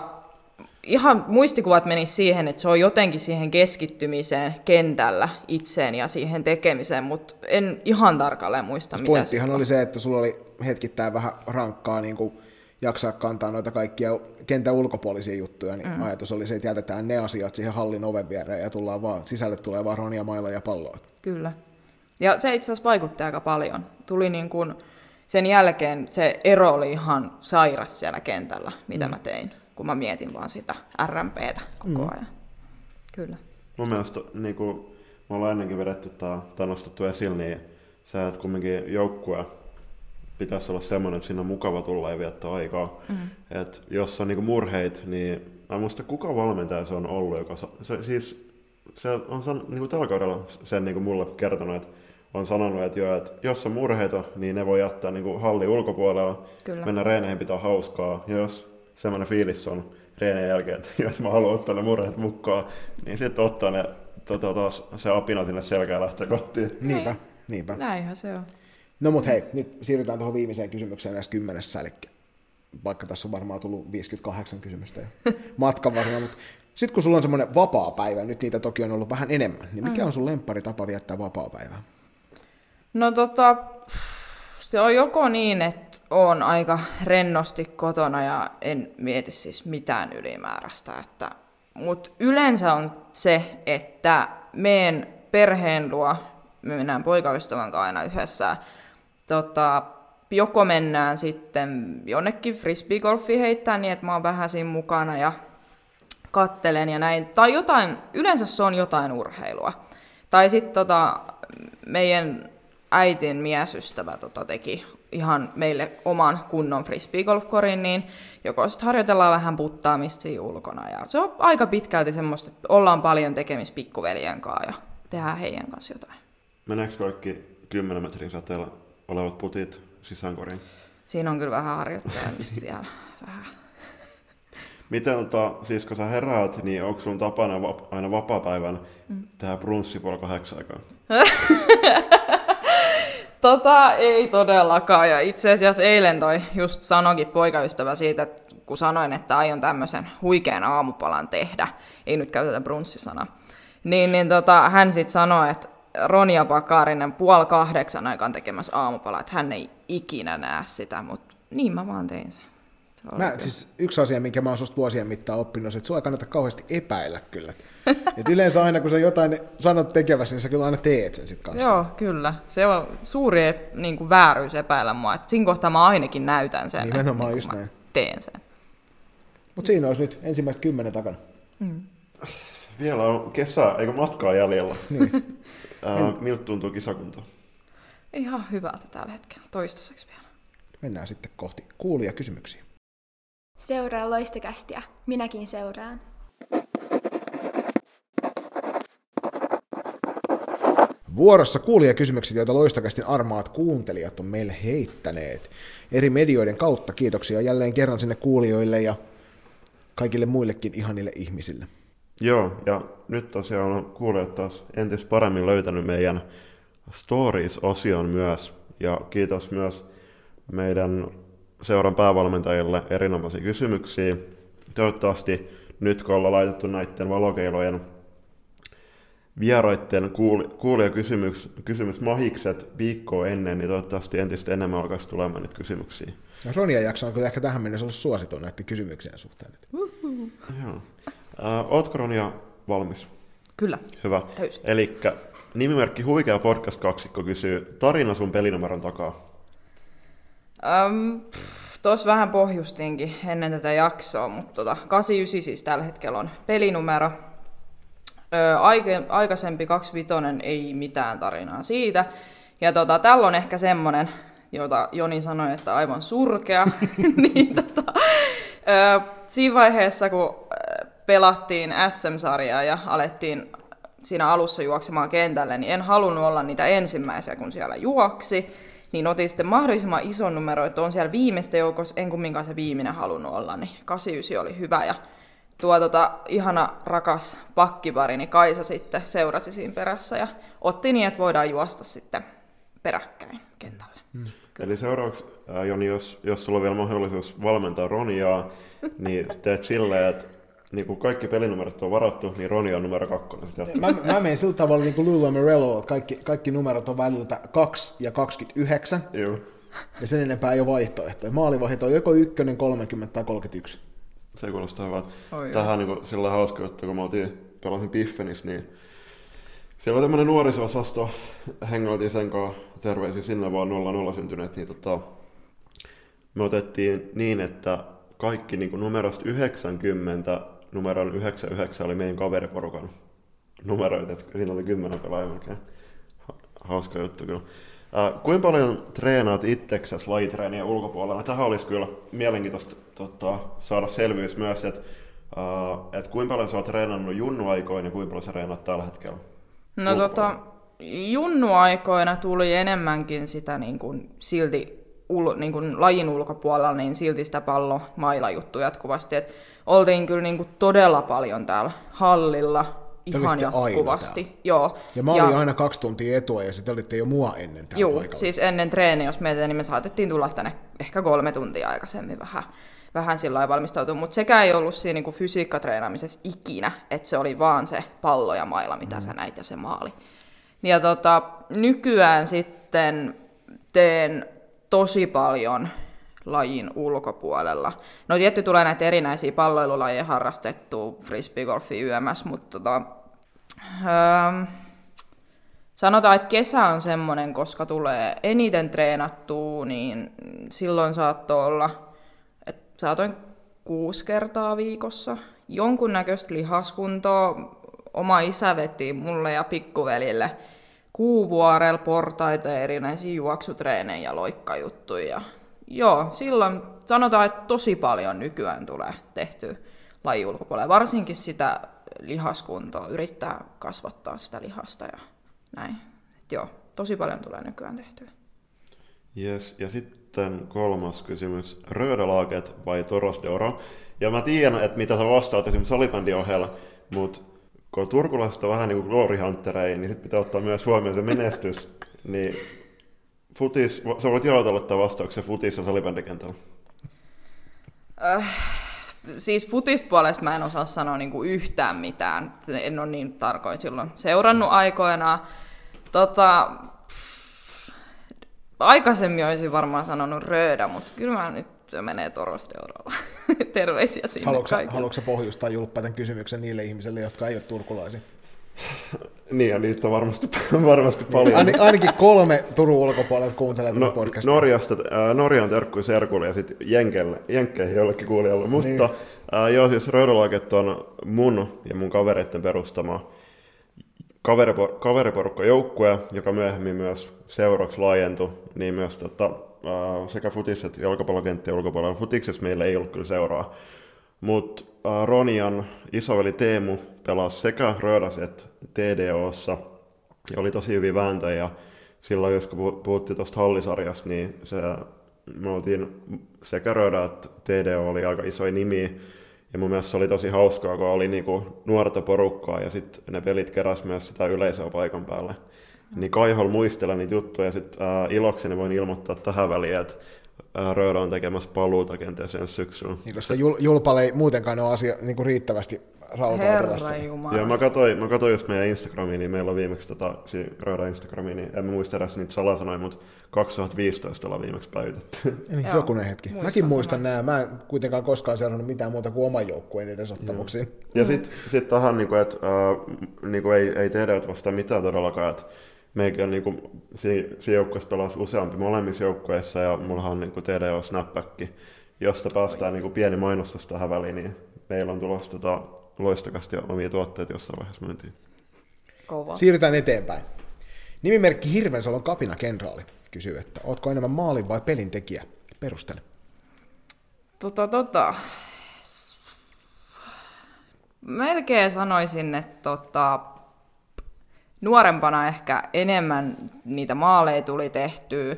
ihan muistikuvat meni siihen, että se on jotenkin siihen keskittymiseen kentällä itseen ja siihen tekemiseen, mutta en ihan tarkalleen muista, mitä se pointtihan oli se, että sulla oli hetkittäin vähän rankkaa niin kuin jaksaa kantaa noita kaikkia kentän ulkopuolisia juttuja, niin ajatus oli se, että jätetään ne asiat siihen hallin oven viereen ja sisälle tulee vaan Ronja Maila ja palloa. Kyllä. Ja se itse asiassa vaikutti aika paljon. Tuli niin kuin sen jälkeen se ero oli ihan sairas siellä kentällä, mitä mä tein, kun mä mietin vaan sitä RMPtä koko ajan. Kyllä. Mun mielestä, niin kuin me ollaan ennenkin vedetty tai nostettu esille, niin se, että kumminkin joukkue pitäisi olla semmoinen, että siinä on mukava tulla ja viettää aikaa. Että jos on niin kuin murheit, niin mä en muista kuka valmentaja se on ollut, joka se on niin kuin tällä kaudella sen niin kuin mulle kertonut, että on sanonut, että jos on murheita, niin ne voi jättää niin kuin hallin ulkopuolella, mennä reeneihin pitää hauskaa, ja jos semmoinen fiilis on reenien jälkeen, että mä haluan ottaa ne murheet mukaan, niin sitten ottaa ne taas se apina sinne selkään ja lähtee kotiin. Niinpä. Näinhän se on. No mut hei, nyt siirrytään tuohon viimeiseen kysymykseen näistä 10, eli vaikka tässä on varmaan tullut 58 kysymystä jo matkan varmaan, mutta sitten kun sulla on semmoinen vapaa-päivä, nyt niitä toki on ollut vähän enemmän, niin mikä on sun lempparitapa viettää vapaa-päivää? No se on joko niin, että oon aika rennosti kotona ja en mieti siis mitään ylimääräistä, mutta yleensä on se, että meen perheen luo, me mennään poikaystävän kanssa aina yhdessä, joko mennään sitten jonnekin frisbeegolfiin heittää niin, että mä oon vähän siinä mukana ja kattelen ja näin, tai jotain, yleensä se on jotain urheilua. Tai sitten meidän äitin miesystävä teki ihan meille oman kunnon frisbeegolfkorin, niin joko sitten harjoitellaan vähän puttaamista siinä ulkona. Ja se on aika pitkälti semmoista, että ollaan paljon tekemistä pikkuveljen kanssa ja tehdään heidän kanssa jotain. Meneekö kaikki 10 metrin säteellä olevat putit sisäänkoriin? Siinä on kyllä vähän harjoittelemista vielä. Vähän. Miten, siis kun sä heräät, niin onko sun tapana aina vapaa-päivän tehdä brunssi 7:30 aikaan? Ei todellakaan. Ja itse asiassa eilen toi just sanoikin poikaystävä siitä, että kun sanoin, että aion tämmöisen huikean aamupalan tehdä, ei nyt käytetä brunssisanaa, niin hän sitten sanoi, että Ronja Pakarinen 7:30 aikaan tekemässä aamupalaa, että hän ei ikinä näe sitä, mutta niin mä vaan tein sen. Siis yksi asia, minkä mä oon susta vuosien mittaan oppinut, että sua ei kannata kauheasti epäillä kyllä. Et yleensä aina, kun sä jotain sanot tekeväsi, niin sä kyllä aina teet sen sit kanssa. Joo, kyllä. Se on suuri vääryys epäillä mua. Et siinä kohtaa mä ainakin näytän sen, nimenomaan just näin. Teen sen. Mutta siinä olisi nyt ensimmäistä 10 takana. Vielä on kesää, eikö matkaa jäljellä? Niin. Miltä tuntuu kisakunto? Ihan hyvältä tällä hetkellä, toistaiseksi vielä. mennään sitten kohti kuulijakysymyksiä. Seuraa Loistokästiä. Minäkin seuraan. Vuorossa kuulijakysymykset, joita Loistokästin armaat kuuntelijat on meille heittäneet eri medioiden kautta. Kiitoksia jälleen kerran sinne kuulijoille ja kaikille muillekin ihanille ihmisille. Joo, ja nyt tosiaan on kuulijat taas entistä paremmin löytänyt meidän Stories-osion myös. Ja kiitos myös meidän seuran päävalmentajille erinomaisia kysymyksiä. Toivottavasti nyt kun ollaan laitettu näiden valokeilojen vieraiden kuulijakysymysmahikset viikkoa ennen, niin toivottavasti entistä enemmän alkaisi tulemaan nyt kysymyksiä. Ja Ronja jakso on kyllä ehkä tähän mennessä ollut suositun näiden kysymyksien suhteen. Joo. Ootko Ronja valmis? Kyllä. Hyvä. Elikkä nimimerkki Huikea podcast-kaksikko kysyy tarina sun pelinumeron takaa. Tuossa vähän pohjustinkin ennen tätä jaksoa, mutta 89 siis tällä hetkellä on pelinumero. Aikaisempi 25 ei mitään tarinaa siitä. Ja tällä on ehkä semmonen, jota Joni sanoi, että aivan surkea. niin, siinä vaiheessa, kun pelattiin SM-sarjaa ja alettiin siinä alussa juoksemaan kentälle, niin en halunnut olla niitä ensimmäisiä, kun siellä juoksi. Niin otin sitten mahdollisimman ison numero, että on siellä viimeistä joukossa, en kumminkaan se viimeinen halunnut olla, niin 89 oli hyvä. Ja tuo ihana rakas pakkipari, niin Kaisa sitten seurasi siinä perässä ja otti niin, että voidaan juosta sitten peräkkäin kentälle. Eli seuraavaksi, Joni, jos sulla on vielä mahdollisuus valmentaa Ronjaa, niin teet silleen, että niin kun kaikki pelinumerot on varattu, niin Ronja on numero 2. Mä menen sillä tavalla niin kuin Lula Morello, että kaikki numerot on väliltä 2 ja 29. Joo. Ja sen enempää ei ole vaihtoehtoja. Maalivahit on joko 1, 30 tai 31. Se kuulostaa hyvältä. Tähän niin sillä hauska juttu, kun mä pelasin Piffenissä, niin siellä oli tämmöinen nuoriso-osasto, hengailtiin sen kanssa, terveisiä sinne vaan 00 syntyneet, niin me otettiin niin, että kaikki niin kuin numerosta 90 numeron 99 oli meidän kaveriporukan numeroita, että siinä oli 10 pelaajaa melkein. Hauska juttu kyllä. Kuinka paljon treenaat itseksesi lajitreenien ulkopuolella? Tähän olisi kyllä mielenkiintoista saada selvyys myös, että kuinka paljon sä oot treenannut junnuaikoina ja kuinka paljon sä treenaat tällä hetkellä? No junnuaikoina tuli enemmänkin sitä niin kuin silti niin kuin lajin ulkopuolella, niin silti sitä pallo-mailajuttu jatkuvasti. Et oltiin kyllä niin kuin todella paljon täällä hallilla ihan jatkuvasti. Joo. Ja mä olin aina 2 tuntia etua ja sitten olitte jo mua ennen täällä paikalla. Joo, siis ennen treeniä, jos mietitään, niin me saatettiin tulla tänne ehkä 3 tuntia aikaisemmin vähän sillä lailla valmistautua, mutta sekään ei ollut siinä niin kuin fysiikkatreenaamisessa ikinä, että se oli vaan se pallo ja maila, mitä sä näit ja se maali. Ja nykyään sitten teen tosi paljon lajin ulkopuolella. No tietty tulee näitä erinäisiä palloilulajeja harrastettua, frisbeegolfi, YMS, mutta sanotaan, että kesä on semmoinen, koska tulee eniten treenattua, niin silloin saattoi olla, että saatoin 6 kertaa viikossa jonkunnäköistä lihaskuntoa. Oma isä veti mulle ja pikkuvelille Kuuvuorella portaita ja erinäisiä juoksutreenejä ja loikkajuttuja. Joo, silloin sanotaan, että tosi paljon nykyään tulee tehtyä lajin ulkopuolella. Varsinkin sitä lihaskuntoa, yrittää kasvattaa sitä lihasta ja näin. Et joo, tosi paljon tulee nykyään tehtyä. Yes, ja sitten 3. kysymys. Rödalaget vai Toros de Oro? Ja mä tiedän, että mitä sä vastaat esimerkiksi salibändin ohella, mutta kun turkulaiset on vähän niin kuin glory huntereja, niin sitten pitää ottaa myös huomioon se menestys. Niin futis, sä voit jaotella tämän vastauksen futis- ja salibändikentällä. Siis futispuolesta mä en osaa sanoa niinku yhtään mitään. En ole niin tarkoin silloin seurannut aikoinaan. Aikaisemmin olisin varmaan sanonut Röödä, mutta kyllä mä nyt menee Toros de Orolla. Terveisiä sinne kaikille. Haluatko sä pohjustaa, Julppa, tämän kysymyksen niille ihmisille, jotka ei ole turkulaisia? Niin, ja niitä on varmasti paljon. Ainakin 3 Turun ulkopuolelta kuuntelee tätä podcastia. Norjan terkkui Serkulle ja sitten Jenkkeihin jollekin kuulijalle. Mutta niin. Joo, siis Röydalaget on mun ja mun kavereiden perustama kaveriporukka joukkue, joka myöhemmin myös seuraksi laajentui, niin myös sekä futis- että jalkapallokenttien ulkopuolella. Futiksessa meillä ei ollut kyllä seuraa. Mutta Ronian isoveli Teemu pelasi sekä Rödäs että TDOssa ja oli tosi hyvin vääntöjä. Silloin, jos puhuttiin tuosta hallisarjasta, niin me oltiin sekä Rödä että TDO oli aika isoja nimiä. Ja mun mielestä se oli tosi hauskaa, kun oli niinku nuorta porukkaa ja sitten ne pelit keräs myös sitä yleisöä paikan päälle. Niin Kaihol muistella niitä juttuja ja sitten ilokseni voin ilmoittaa tähän väliin, että Rödä on tekemässä paluuta kenties ensi syksyllä. Niin, koska Julpalla ei muutenkaan ole asia niin kuin riittävästi rautautelassa. Herranjumala. Mä katsoin just meidän Instagramiin, niin meillä on viimeksi Rödä Instagramiin, niin en mä muista edes niitä salasanoja, mutta 2015 ollaan viimeksi päivitetty. Niin, jokunen hetki. Mäkin muistan nämä. Mä en kuitenkaan koskaan seurannut mitään muuta kuin oman joukkueen edesottamuksia. Ja sitten tähän, että ei tehdä vasta mitään todellakaan, että meikin on siinä joukkueessa pelasi useampi molemmissa joukkueissa ja mullahan on TDO Snapback, josta päästään pieni mainostus tähän väliin, niin meillä on tulossa loistokasti omia tuotteita jossain vaiheessa myyntiin. Kova. Siirrytään eteenpäin. Nimimerkki Hirvensalon kapinakenraali kysyy, että ootko enemmän maalin vai pelintekijä? Perustele. Melkein sanoisin, että nuorempana ehkä enemmän niitä maaleja tuli tehtyä.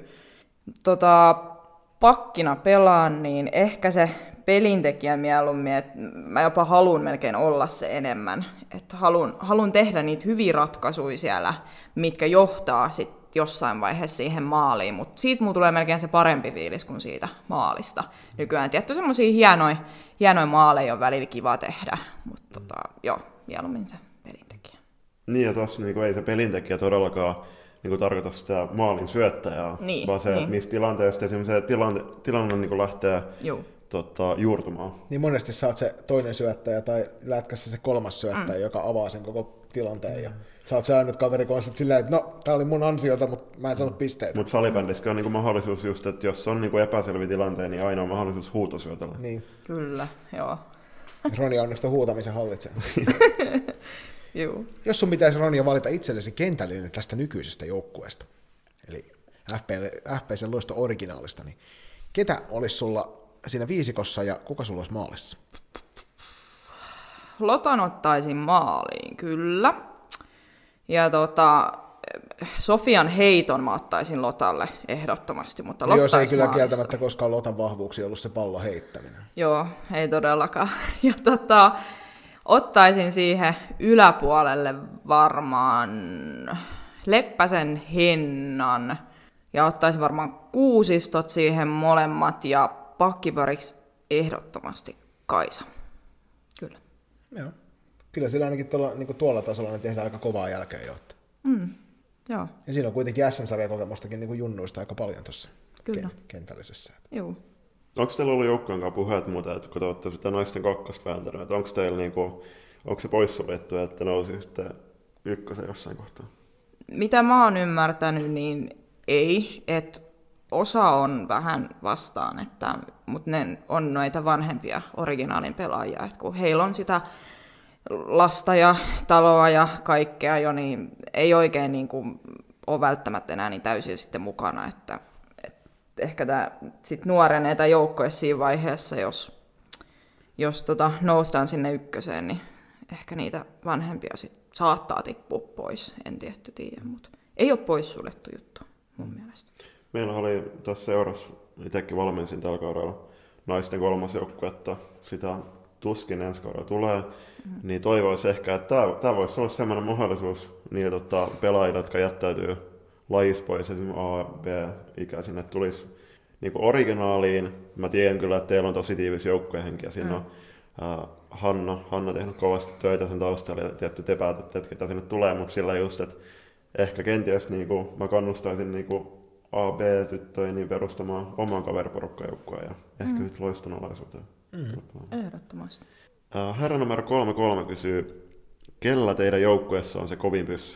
Pakkina pelaan, niin ehkä se pelintekijä mieluummin, että mä jopa haluan melkein olla se enemmän. Että haluan tehdä niitä hyviä ratkaisuja siellä, mitkä johtaa sitten jossain vaiheessa siihen maaliin, mutta siitä mulla tulee melkein se parempi fiilis kuin siitä maalista. Nykyään tietty semmosia hienoja maaleja on välillä kiva tehdä, mutta joo, mieluummin se pelintekijä. Niin ja tuossa ei se pelintekijä todellakaan tarkoita sitä maalin syöttäjää, vaan se, että missä tilanteesta esimerkiksi se tilanne lähtee juurtumaan. Niin monesti sä oot se toinen syöttäjä tai lätkässä se kolmas syöttäjä, joka avaa sen koko tilanteen. Ja sä oot se ainut kaveri, kun on sit silleen, että no, tää oli mun ansiota, mutta mä en sano pisteitä. Mutta salibändissä on mahdollisuus just, että jos on epäselviä tilanteita, niin aina on mahdollisuus huutosyötellä. Niin. Kyllä, joo. Roni onneksi huutamisen hallitsee. Juu. Jos sun pitäisi, Ronja, valita itsellesi kentällinen tästä nykyisestä joukkueesta, eli FPC:n loisto originaalista, niin ketä olisi sulla siinä viisikossa ja kuka sulla olisi maalissa? Lotan ottaisin maaliin, kyllä. Ja Sofian heiton mä ottaisin Lotalle ehdottomasti, mutta Lotta jos ei kyllä maalissa. Kieltämättä koskaan Lotan vahvuuksia ollut se pallon heittäminen. Joo, ei todellakaan. Ja ottaisin siihen yläpuolelle varmaan Leppäsen Hennan ja ottaisin varmaan Kuusistot siihen molemmat ja pakkipariksi ehdottomasti Kaisa. Kyllä. Joo. Kyllä sillä ainakin tuolla tasolla ne tehdään aika kovaa jälkeä jo. Joo. Ja siinä on kuitenkin SM-sarjakokemustakin junnuista aika paljon tuossa kentällisessä. Joo. Onko teillä ollut joukkojen kanssa puheet muuten, että kun te olette sitä naisten kakkasta vääntänyt, että onko teillä onko se poissuljettu, että nousi sitten ykkösen jossain kohtaa? Mitä mä oon ymmärtänyt, niin ei, että osa on vähän vastaan, mutta ne on noita vanhempia originaalin pelaajia, että kun heillä on sitä lasta ja taloa ja kaikkea jo, niin ei oikein ole välttämättä enää niin täysin sitten mukana, että ehkä tämä sitten nuorenee tämä joukkoja siinä vaiheessa, jos noustaan sinne ykköseen, niin ehkä niitä vanhempia sit saattaa tippua pois, en tiedä, mutta ei ole poissuljettu juttu mun mielestä. Meillä oli tässä seurassa, itsekin valmensin tällä kaudella naisten kolmas joukkuetta, sitä tuskin ensi kaudella tulee, niin toivoisi ehkä, että tämä voisi olla sellainen mahdollisuus niille pelaajille, jotka jättäytyy lajista pois, esimerkiksi A, B-ikäisin, että tulisi originaaliin. Mä tiedän kyllä, että teillä on tosi tiivis joukkuehenki ja siinä on Hanna tehnyt kovasti töitä sen taustalla ja tietty te päätätte, että ketä sinne tulee, mutta sillä just, että ehkä kenties mä kannustaisin A-B-tyttöjä niin perustamaan oman kaveriporukkajoukkueen ja ehkä nyt loiston alaisuuteen. Ehdottomasti. Herra numero 33 kysyy, kellä teidän joukkueessa on se kovin pyssy?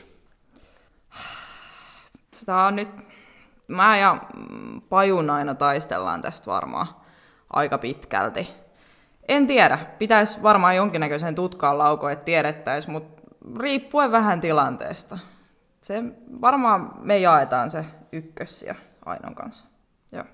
Tämä on nyt, mä ja Pajun aina taistellaan tästä varmaan aika pitkälti. En tiedä, pitäisi varmaan jonkinnäköisen tutkaan laukoon, että tiedettäisiin, mutta riippuen vähän tilanteesta. Se varmaan me jaetaan se ykkössiä Ainon kanssa. Joo.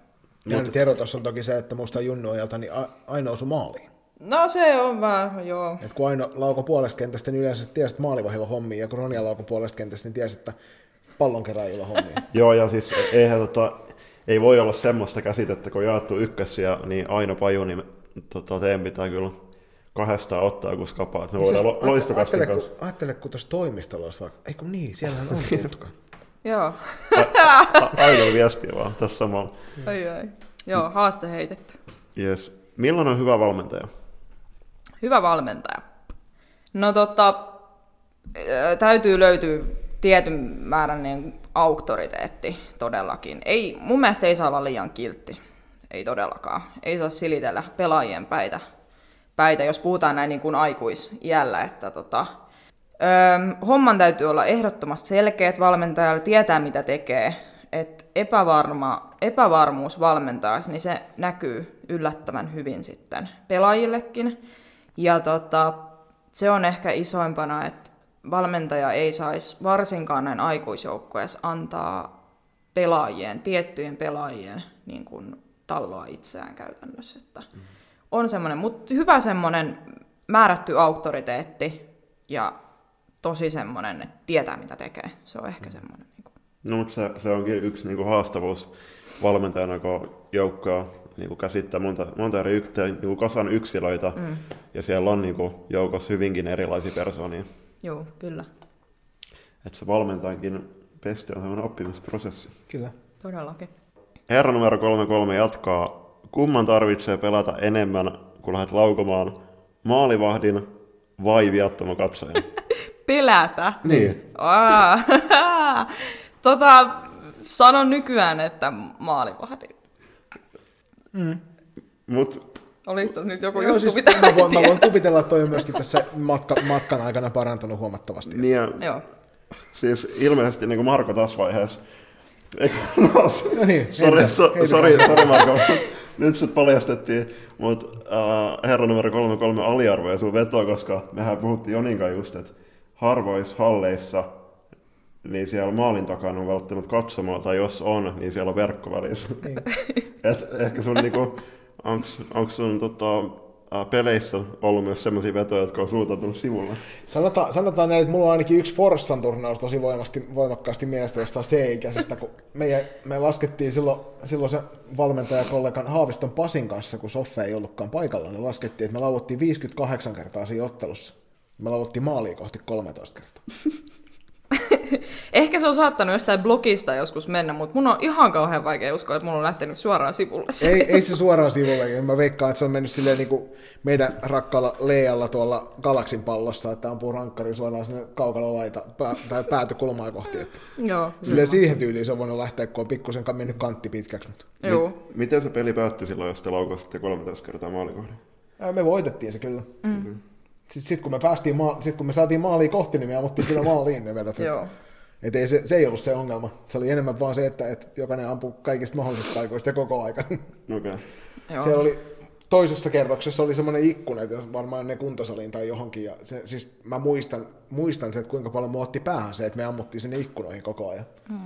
Ja nyt ero tuossa on toki se, että muistan junnuajalta, niin Aino osui maaliin. No se on vähän, joo. Et kun Aino laukoi puolesta kentästä, niin yleensä tiesi, että maalivahilla hommia, ja kun Ronja laukoi puolesta kentästä, niin tiesi, että pallonkeräjillä hommia. Joo, ja siis ei voi olla semmoista käsitettä, kun jaettu ykkösiä, niin Aino Paju, niin teidän pitää kyllä kahdestaan ottaa joku skapa, että me voidaan loistokastin kanssa. Ajattele, kun tuossa toimistolla olisi vaikka, eikö niin, siellähän on tutka. Joo. Ainoa viestiä vaan tässä samalla. Ai. Joo, haaste heitetty. Yes. Milloin on hyvä valmentaja? Hyvä valmentaja. No täytyy löytyä tietyn määrän niin auktoriteetti todellakin. Mun mielestä ei saa olla liian kiltti. Ei todellakaan. Ei saa silitellä pelaajien päitä, jos puhutaan näin niin kuin aikuisiällä. Että homman täytyy olla ehdottomasti selkeät valmentajalle, tietää mitä tekee. Et epävarmuus valmentajassa, niin se näkyy yllättävän hyvin sitten pelaajillekin. Ja se on ehkä isoimpana, että valmentaja ei saisi varsinkaan näin aikuisjoukkueessa antaa tiettyjen pelaajien niin kuin talloa itseään käytännössä. Että on semmoinen, mutta hyvä semmoinen määrätty auktoriteetti ja tosi semmoinen, että tietää mitä tekee. Se on ehkä semmoinen. Niin kuin. No, mutta se onkin yksi niin kuin haastavuus valmentajana, kun joukkoa niin käsittää monta eri niin kasan yksilöitä, ja siellä on niin kuin joukossa hyvinkin erilaisia persoonia. Joo, kyllä. Että se valmentajankin pesti on sellainen oppimisprosessi. Kyllä. Todellakin. Herra numero 33 jatkaa. Kumman tarvitsee pelata enemmän, kun lähdet laukomaan maalivahdin vai viattoman katsojan? Pelätä? Niin. Sanon nykyään, että maalivahdi. Olis tos nyt joku juttu, siis mitä mä voin kuvitella, että toi on myöskin tässä matkan aikana parantunut huomattavasti. Niin ja, joo. Siis ilmeisesti niin kuin Marko tässä vaiheessa. No niin, Sori Marko. Nyt sut paljastettiin, mutta herra numero 33 aliarvoja sun vetoa, koska mehän puhuttiin Joninkaan just, että harvoissa halleissa niin siellä maalin takana on välttämättä katsomaan, tai jos on, niin siellä on verkko välissä. Niin. Ehkä sun niinku, onks sun peleissä ollut myös sellaisia vetoja, jotka on suuntautunut sivulla? Sanotaan näin, että mulla on ainakin yksi Forssan turnaus tosi voimakkaasti mielestä jostain C-ikäisestä, kun me laskettiin silloin se valmentajakollegan Haaviston Pasin kanssa, kun Soffe ei ollutkaan paikalla, niin laskettiin, että me lauottiin 58 kertaa siinä ottelussa. Me lauottiin maaliin kohti 13 kertaa. Ehkä se on saattanut jostain blogista joskus mennä, mutta mun on ihan kauhean vaikea uskoa, että mun on lähtenyt suoraan sivulle. Ei se suoraan sivulle. Mä veikkaan, että se on mennyt silleen niin kuin meidän rakkaalla Lealla tuolla Galaksin pallossa, että ampuu rankkari suoraan sinne kaukalolaita tai päätykulmaa kohti. Että joo. Silleen siihen tyyliin se on voinut lähteä, kun on pikkusen mennyt kantti pitkäksi. Mutta. Joo. Miten se peli päättyi silloin, jos te laukasitte 13 kertaa maalikohdin? Me voitettiin se kyllä. Mm-hmm. Sitten kun me saatiin maaliin kohti, niin me ammuttiin kyllä maaliin ne vedot. Et se ei ollut se ongelma. Se oli enemmän vaan se, että jokainen ampui kaikista mahdollisista paikoista ja koko aika. Okay. Siellä oli toisessa kerroksessa oli semmoinen ikkuna, että varmaan ne kuntosaliin tai johonkin. Ja siis mä muistan se, että kuinka paljon mua otti päähän se, että me ammuttiin sinne ikkunoihin koko ajan.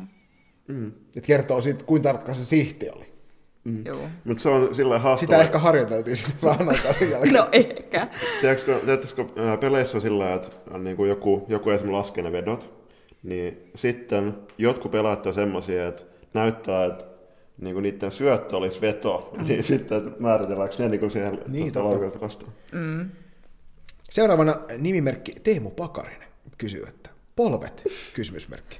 Et kertoo siitä, kuinka tarkka se sihti oli. Mutta se on silleen haastava. Sitä ehkä harjoiteltiin sitten vähän aikaa sen jälkeen. No ehkä. Tiedätkö peleissä on sillä että niin kuin joku esimerkiksi laskee ne vedot, niin sitten jotkut pelaajat on semmoisia, että näyttää, että niin niiden syöttö olisi veto, niin sitten että määritelläänkö ne niin siihen laukautta vastaan. Seuraavana nimimerkki Teemu Pakarinen kysyy, että polvet? Kysymysmerkki.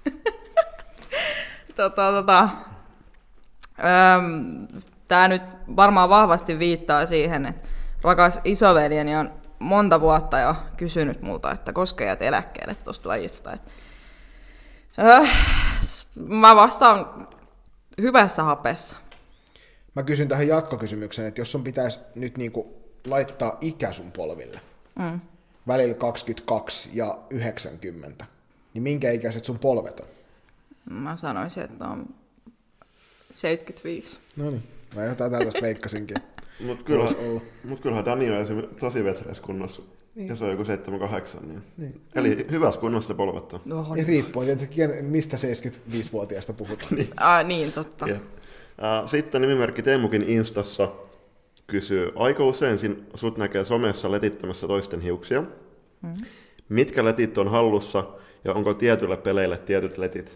Tämä nyt varmaan vahvasti viittaa siihen, että rakas isoveljeni on monta vuotta jo kysynyt multa, että koska jäät eläkkeelle tuosta lajista. Mä vastaan hyvässä hapessa. Mä kysyn tähän jatkokysymykseen, että jos sun pitäisi nyt niinku laittaa ikä sun polville, välillä 22 ja 90, niin minkä ikäiset sun polvet on? Mä sanoisin, että on 75. No niin, mä jotain tällaista veikkasinkin. Mutta kyllähän Dani on esimerkiksi tosi vetreessä kunnossa. Niin. Ja se on joku 7-8. Niin. Eli hyvässä kunnossa ne polvet on. Ja riippuen tietysti, mistä 75-vuotiaasta puhutaan. Niin, totta. Yeah. Sitten nimimerkki Teemukin Instassa kysyy, aika usein sut näkee somessa letittämässä toisten hiuksia. Mitkä letit on hallussa ja onko tietyille peleille tietyt letit?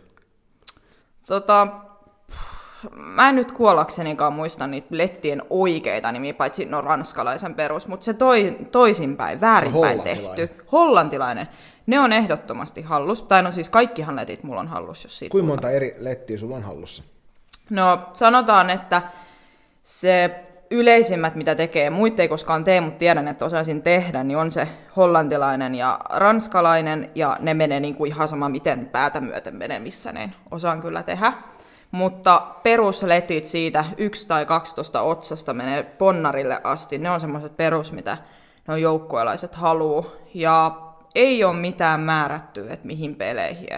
Mä en nyt kuollaksenikaan muista niitä lettien oikeita nimiä, paitsi no ranskalaisen perus, mutta se toisinpäin, väärinpäin tehty. Hollantilainen. Ne on ehdottomasti hallus. Tai no siis kaikkihan letit mulla on hallus, jos siitä Kuinka monta eri lettiä sulla on hallussa? No sanotaan, että se yleisimmät, mitä tekee, muita ei koskaan tee, mutta tiedän, että osaisin tehdä, niin on se hollantilainen ja ranskalainen, ja ne menee niin kuin ihan sama, miten päätä myöten menee, missä niin osaan kyllä tehdä. Mutta perusletit siitä 1 tai 12 otsasta menee ponnarille asti, ne on semmoiset perus, mitä ne joukkueelaiset haluaa, ja ei ole mitään määrätty, että mihin peleihin,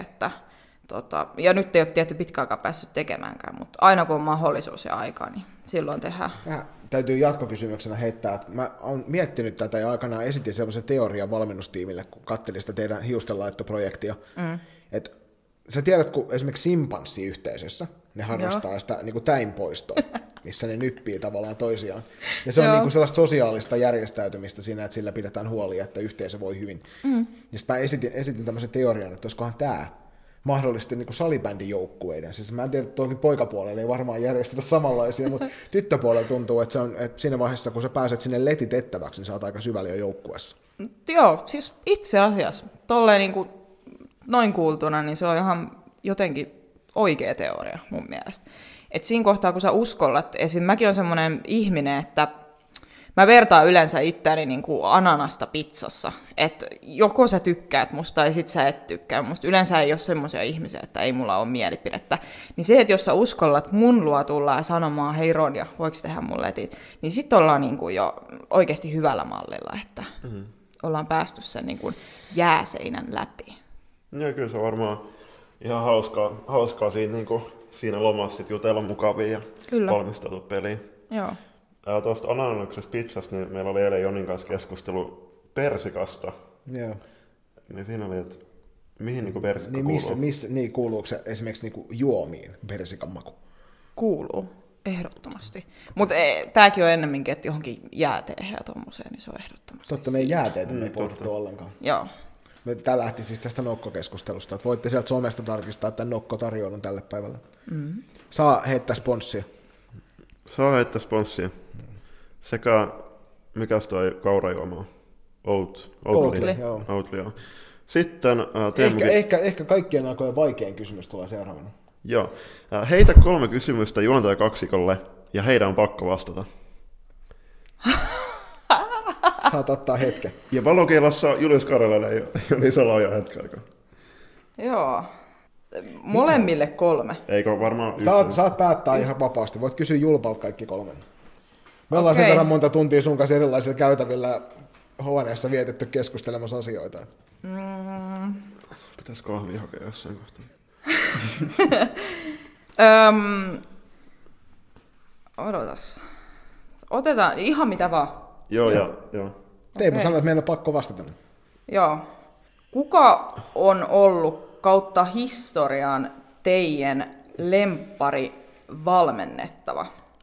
ja nyt ei ole tietty pitkä aikaa päässyt tekemäänkään, mutta aina kun on mahdollisuus ja aikaa, niin silloin tehdään. Täytyy jatkokysymyksenä heittää, että mä oon miettinyt tätä ja aikanaan esitin sellaisen teorian valmennustiimille, kun katselin sitä teidän hiustenlaittoprojektia. Että sä tiedät, kun esimerkiksi simpanssiyhteisössä ne harrastaa sitä niin kuin täinpoistoa, missä ne nyppii tavallaan toisiaan. Ja se on niin kuin sellaista sosiaalista järjestäytymistä siinä, että sillä pidetään huoli, että yhteisö voi hyvin. Ja sitten mä esitin tämmöisen teorian, että olisikohan tämä mahdollisesti niin kuin salibändijoukkueiden. Siis mä en tiedä, että toki poikapuolella ei varmaan järjestetä samanlaisia, mutta tyttöpuolella tuntuu, että, että siinä vaiheessa, kun sä pääset sinne letitettäväksi, niin sä oot aika syvällä jo joukkueessa. Joo, siis itse asiassa tolleen niin kuin noin kuultuna, niin se on ihan jotenkin oikea teoria mun mielestä. Et siinä kohtaa, kun sä uskollat, esim. Mäkin on semmoinen ihminen, että mä vertaan yleensä itseäni niin kuin ananasta pizzassa, että joko sä tykkäät musta tai sit sä et tykkää musta. Yleensä ei ole semmoisia ihmisiä, että ei mulla ole mielipidettä. Niin se, että jos sä uskollat mun luo tullaan sanomaan, hei Ronja, voiko tehdä mun letit, niin sit ollaan niin kuin jo oikeasti hyvällä mallilla, että ollaan päästy sen niin kuin jääseinän läpi. Joo, kyllä se on varmaan ihan hauskaa siinä, niin kuin, siinä lomassa jutella mukavia ja valmistautua peliin. Joo. Tuosta ananaksesta pizzasta, niin meillä oli eilen Jonin kanssa keskustelu persikasta. Joo. Niin siinä oli, että mihin niin persikka niin kuuluu? Kuuluuko se esimerkiksi niin juomiin persikan maku? Kuuluu, ehdottomasti. Mutta tämäkin on ennemminkin, että johonkin jääteehen ja tommoseen, niin se on ehdottomasti. Totta, meidän jääteitä me ei pohdittu ollenkaan. Joo. Tämä lähti siis tästä Nokko-keskustelusta, että voitte sieltä somesta tarkistaa tämän Nokko-tarjoilun tälle päivälle. Saa heittää sponssia. Saa heittää sponssia. Sekä, mikäs toi kaurajuoma on? Oatly, joo. Sitten ehkä kaikkien aikojen vaikein kysymys tulee seuraavana. Joo. Heitä 3 kysymystä juontajakaksikolle, ja heidän on pakko vastata. Saat ottaa hetken. Ja Valokeilassa Julius Karjalainen ja Joni Saloja hetken aikaa. Joo. Molemmille 3. Eikö varmaan saat päättää ihan vapaasti. Voit kysyä Julpalta kaikki 3. Me ollaan sen verran monta tuntia sun kanssa erilaisilla käytävillä huoneessa vietetty keskustelemassa asioita. Pitäis kahvia hakea jossain kohtaa. Odotas. Otetaan ihan mitä vaan. Joo. Teemu sanoi, että meillä on pakko vastata. Joo. Kuka on ollut kautta historian teidän lemppari valmennettava?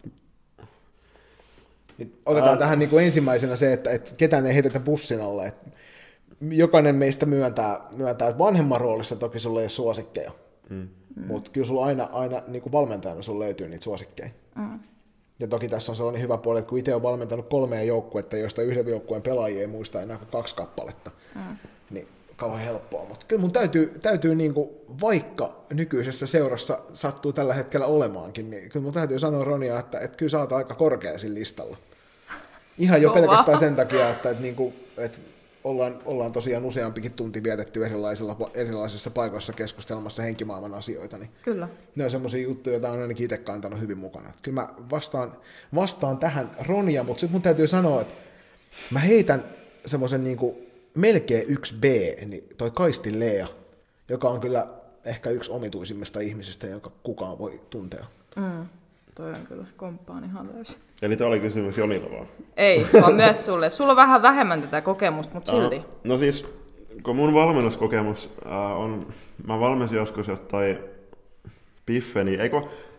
Otetaan tähän niin kuin ensimmäisenä se, että ketään ei heitetä bussin alle. Että jokainen meistä myöntää, että vanhemman roolissa toki sulla ei ole suosikkeja. Mutta kyllä sulla aina niin kuin valmentajana sulla löytyy niitä suosikkeja. Ja toki tässä on sellainen hyvä puoli, että kun itse olen valmentanut 3 joukkuetta, joista yhden joukkueen pelaajia ei muista enää kuin 2 kappaletta, niin kauhean helppoa. Mutta kyllä mun täytyy niin kuin, vaikka nykyisessä seurassa sattuu tällä hetkellä olemaankin, niin kyllä mun täytyy sanoa Ronia, että kyllä sä oot aika korkea siinä listalla. Ihan jo pelkästään sen takia, että ollaan tosiaan useampikin tunti vietetty erilaisissa paikoissa keskustelemassa henkimaailman asioita. Niin kyllä. Ne on semmoisia juttuja, joita on ainakin itse kantanut hyvin mukana. Kyllä mä vastaan tähän Ronia, mutta sitten mun täytyy sanoa, että mä heitän semmoisen niinku melkein 1B, niin toi Kaisti Lea, joka on kyllä ehkä yksi omituisimmista ihmisistä, jonka kukaan voi tuntea. Toi on kyllä, komppaan ihan täysin. Eli tämä oli kysymys Jonilla vaan? Ei, vaan myös sulle. Sulla on vähän vähemmän tätä kokemusta, mutta silti. No siis, kun mun valmennuskokemus on, mä valmensin joskus jotain Piffeni,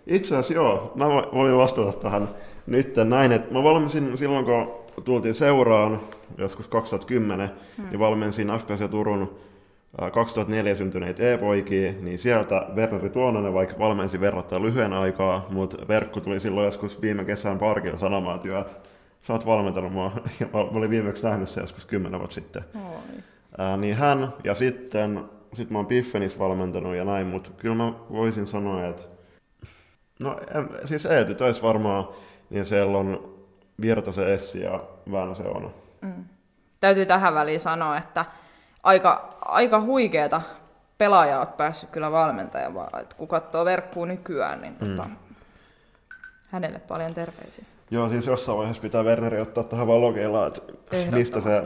Itse asiassa joo, mä voin vastata tähän nyt näin, että mä valmensin silloin, kun tultiin seuraan, joskus 2010, niin valmensin FPS ja Turun 2004 syntyneitä e-poikia, niin sieltä Werneri Tuononen vaikka valmensi verrattain lyhyen aikaa, mutta Verkku tuli silloin joskus viime kesän parkilla sanomaan, että sä oot valmentanut mua, ja mä olin viimeksi nähnyt se joskus 10 vuotta sitten. Niin hän, ja sitten mä oon Piffenissä valmentanut ja näin, mutta kyllä mä voisin sanoa, että no siis E-tytöissä varmaan, niin siellä on Virtasen Essi ja Väänäsen Oona. Täytyy tähän väliin sanoa, että aika huikeeta pelaajaa olet päässyt kyllä valmentaja, vaan että kun katsoo Verkkua nykyään, niin hänelle paljon terveisiä. Joo, siis jossain vaiheessa pitää Werneri ottaa tähän valokeilaan, että mistä se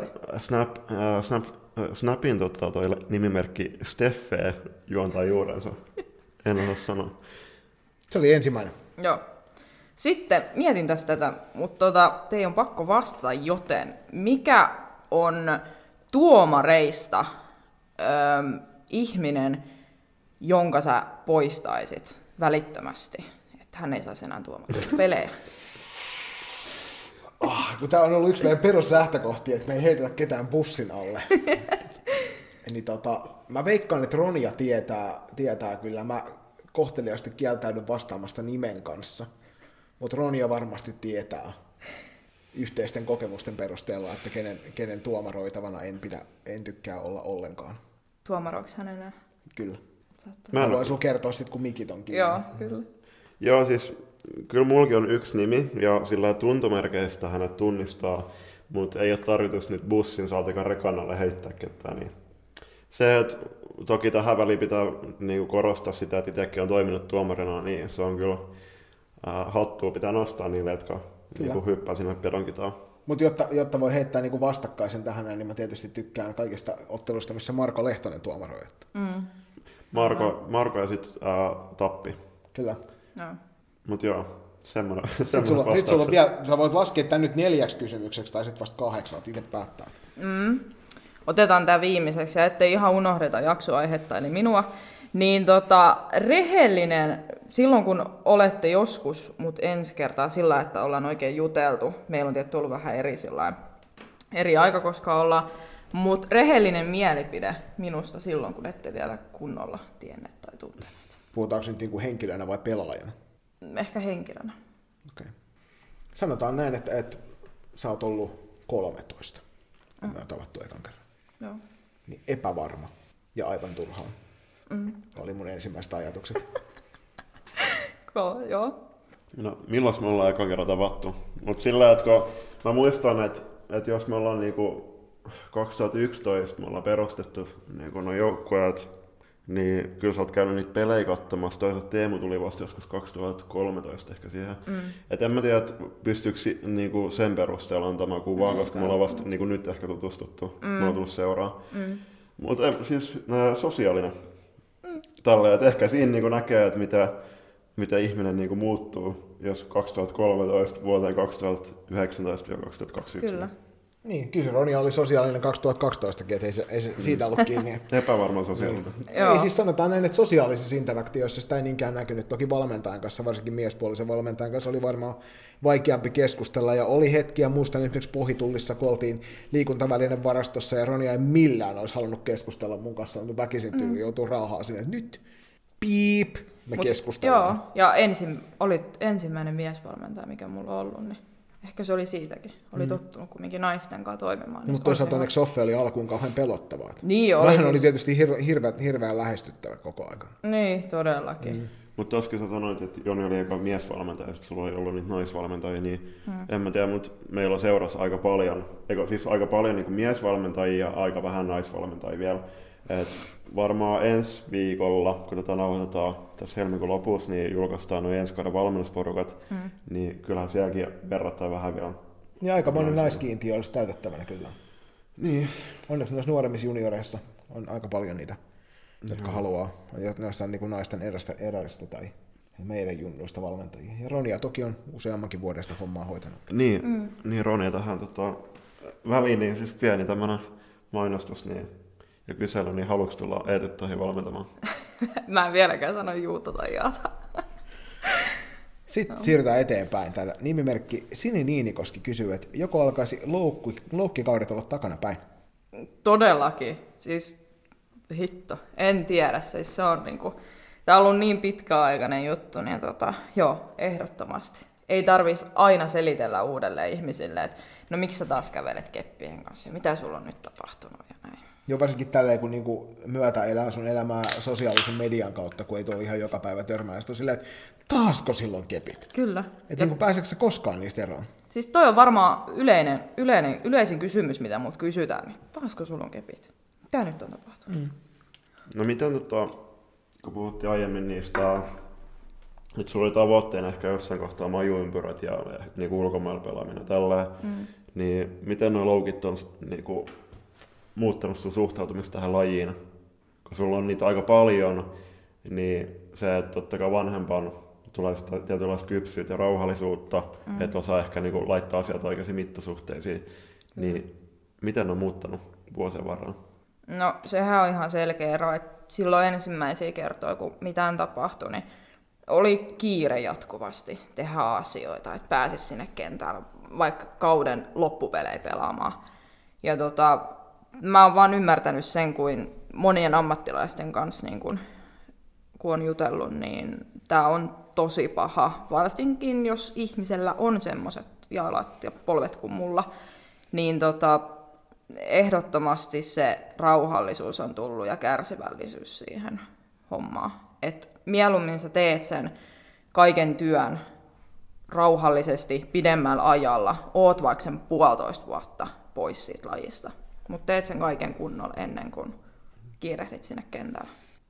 Snapin toi nimimerkki Steffe juontaa juurensa. En osaa sanoa. Se oli ensimmäinen. Joo. Sitten mietin tätä, mutta teidän on pakko vastata, joten mikä on tuomareista ihminen, jonka sä poistaisit välittömästi, että hän ei saisi enää tuomareita pelejä? Kun tää on ollut yksi meidän peruslähtökohtia, että me ei heitetä ketään bussin alle. Niin mä veikkaan, että Ronja tietää kyllä. Mä kohteliaasti kieltäydyn vastaamasta nimen kanssa. Mutta Ronja varmasti tietää yhteisten kokemusten perusteella, että kenen tuomaroitavana en tykkää olla ollenkaan. Tuomaroiksi hän enää? Kyllä. Mä voin sun kertoa sit, kun mikit on kiinni. Joo, kyllä. Joo, siis kyllä mullakin on yksi nimi, ja sillä tuntomerkeistä hänet tunnistaa, mutta ei ole tarkoitus nyt bussin saatikaan rekan heittää ketään. Niin. Se, että toki tähän väliin pitää niin korostaa sitä, että itsekin on toiminut tuomarina, niin se on kyllä hattua pitää nostaa niille, jotka niin hyppää sinne pedonkitaan. Mutta jotta voi heittää niin vastakkaisen tähän, niin mä tietysti tykkään kaikista otteluista, missä Marko Lehtonen tuomaroi. Marko ja sitten Tappi. Kyllä. No. Mutta joo, semmoinen Nyt sulla on vielä, sä voit laskea tämän nyt 4 kysymykseksi tai sitten vasta 8, itse päättää. Otetaan tämä viimeiseksi, ja ettei ihan unohdeta jaksoaihetta, eli minua. Niin rehellinen, silloin kun olette joskus, mutta ensi kertaa sillä, että ollaan oikein juteltu, meillä on tietty ollut vähän eri aika, koska ollaan, mutta rehellinen mielipide minusta silloin, kun ette vielä kunnolla tienneet tai tunteneet. Puhutaanko nyt niin kuin henkilönä vai pelaajana? Ehkä henkilönä. Okay. Sanotaan näin, että sä oot ollut 13, kun me on tavattu ekan kerran. Joo. Niin epävarma ja aivan turhaan. Oli mun ensimmäiset ajatukset. Joo. No, milloin me ollaan ekan kerran tavattu? Mutta sillä, että mä muistan, että jos me ollaan niinku 2011, me ollaan perustettu niinku nuo joukkueet, niin kyllä sä oot käynyt niitä pelejä katsomassa. Toisaalta Teemu tuli vasta joskus 2013 ehkä siihen. Et en mä tiedä, että pystyykö niinku sen perusteella antamaan kuvaa, koska me ollaan vasta niinku nyt ehkä tutustuttu. Mä oon tullut seuraan. Mutta siis sosiaalinen. Tälleen, että ehkä siinä niinku näkee, että mitä ihminen niinku muuttuu, jos 2013 vuoteen 2019-2021. Kyllä. Niin, kyllä Ronja oli sosiaalinen 2012kin, että ei se siitä ollut kiinni. Epävarma sosiaalinen. Ei siis sanotaan näin, että sosiaalisissa interaktioissa sitä ei niinkään näkynyt. Toki valmentajan kanssa, varsinkin miespuolisen valmentajan kanssa oli varmaan vaikeampi keskustella. Ja oli hetkiä, muistan esimerkiksi Pohitullissa, kun oltiin liikuntavälinen varastossa ja Ronja ei millään olisi halunnut keskustella mun kanssa. Mutta väkisin joutuu rauhaa sinne, että nyt piip, me keskustellaan. Joo, ja olit ensimmäinen miesvalmentaja, mikä mulla on ollut, niin ehkä se oli siitäkin. Oli tottunut kumminkin naisten kanssa toimimaan. Mutta toisaalta onneksi Soffe oli alkuun kauhean pelottavaa. Niin oli. Vähän oli tietysti hirveän lähestyttävä koko ajan. Niin, todellakin. Mutta toskin sä sanoit, että Joni oli eka miesvalmentaja, ja sulla oli ollut niitä naisvalmentajia, niin en mä tiedä, mutta meillä on seurassa aika paljon, aika paljon niin kuin miesvalmentajia ja aika vähän naisvalmentajia vielä. Et varmaan ensi viikolla, kun tätä nauhoitetaan tässä helmikuun lopussa, niin julkaistaan nuo ensi kauden valmennusporukat, niin kyllähän sielläkin verrattain vähän vielä. Ja aika monen naiskiintiö olisi täytettävänä kyllä. Niin. Onneksi noissa nuoremmissa junioreissa on aika paljon niitä, jotka haluaa jostain niin naisten erästä tai meidän junnuista valmentajia. Ja Ronja toki on useammankin vuodesta hommaa hoitanut. Niin Ronja tähän väliin, niin siis pieni tämmöinen mainostus, niin ja kysely, niin haluatko tulla E-tyttöihin valmentamaan? Mä en vieläkään sano juuta tai jaata. Sitten siirrytään eteenpäin. Täällä nimimerkki Sini Niinikoski kysyy, että joko alkaisi loukkikaudet olla takana päin? Todellakin. Siis hitto. En tiedä. Siis se on niinku... Tämä on ollut niin pitkäaikainen juttu, niin joo, ehdottomasti. Ei tarvitsisi aina selitellä uudelle ihmisille, että no miksi sä taas kävelet keppien kanssa ja mitä sulla on nyt tapahtunut ja näin. Joo, varsinkin tälleen, kun niinku myötä elää sun elämää sosiaalisen median kautta, kun ei tuolla ihan joka päivä törmää. Ja silleen, että taasko silloin kepit? Kyllä. Että niinku pääseekö sä koskaan niistä eroon? Siis toi on varmaan yleisin kysymys, mitä mut kysytään. Niin taasko sulla on kepit? Mitä nyt on tapahtunut? No miten kun puhuttiin aiemmin niistä, että sulla oli tavoitteena ehkä jossain kohtaa majuympyrät ja niinku ulkomailla pelaaminen tällä, niin miten nuo loukit on niinku muuttanut sun suhtautumista tähän lajiin? Kun sulla on niitä aika paljon, niin se, että totta kai vanhempaan tulee sitä tietynlaista kypsyyttä ja rauhallisuutta, että osaa ehkä niinku laittaa asiat oikeisiin mittasuhteisiin, niin miten ne on muuttanut vuosien varrella? No sehän on ihan selkeä ero, että silloin ensimmäisiä kertoja, kun mitään tapahtui, niin oli kiire jatkuvasti tehdä asioita, että pääsisi sinne kentälle vaikka kauden loppupelejä pelaamaan. Ja mä oon vaan ymmärtänyt sen, kuin monien ammattilaisten kanssa, niin kun on jutellut, niin tää on tosi paha. Varsinkin jos ihmisellä on semmoiset jalat ja polvet kuin mulla, niin ehdottomasti se rauhallisuus on tullut ja kärsivällisyys siihen hommaan. Et mieluummin sä teet sen kaiken työn rauhallisesti pidemmällä ajalla, oot vaikka sen 1,5 vuotta pois siitä lajista, mutta teet sen kaiken kunnolla ennen kuin kiirehdit sinne kentälle.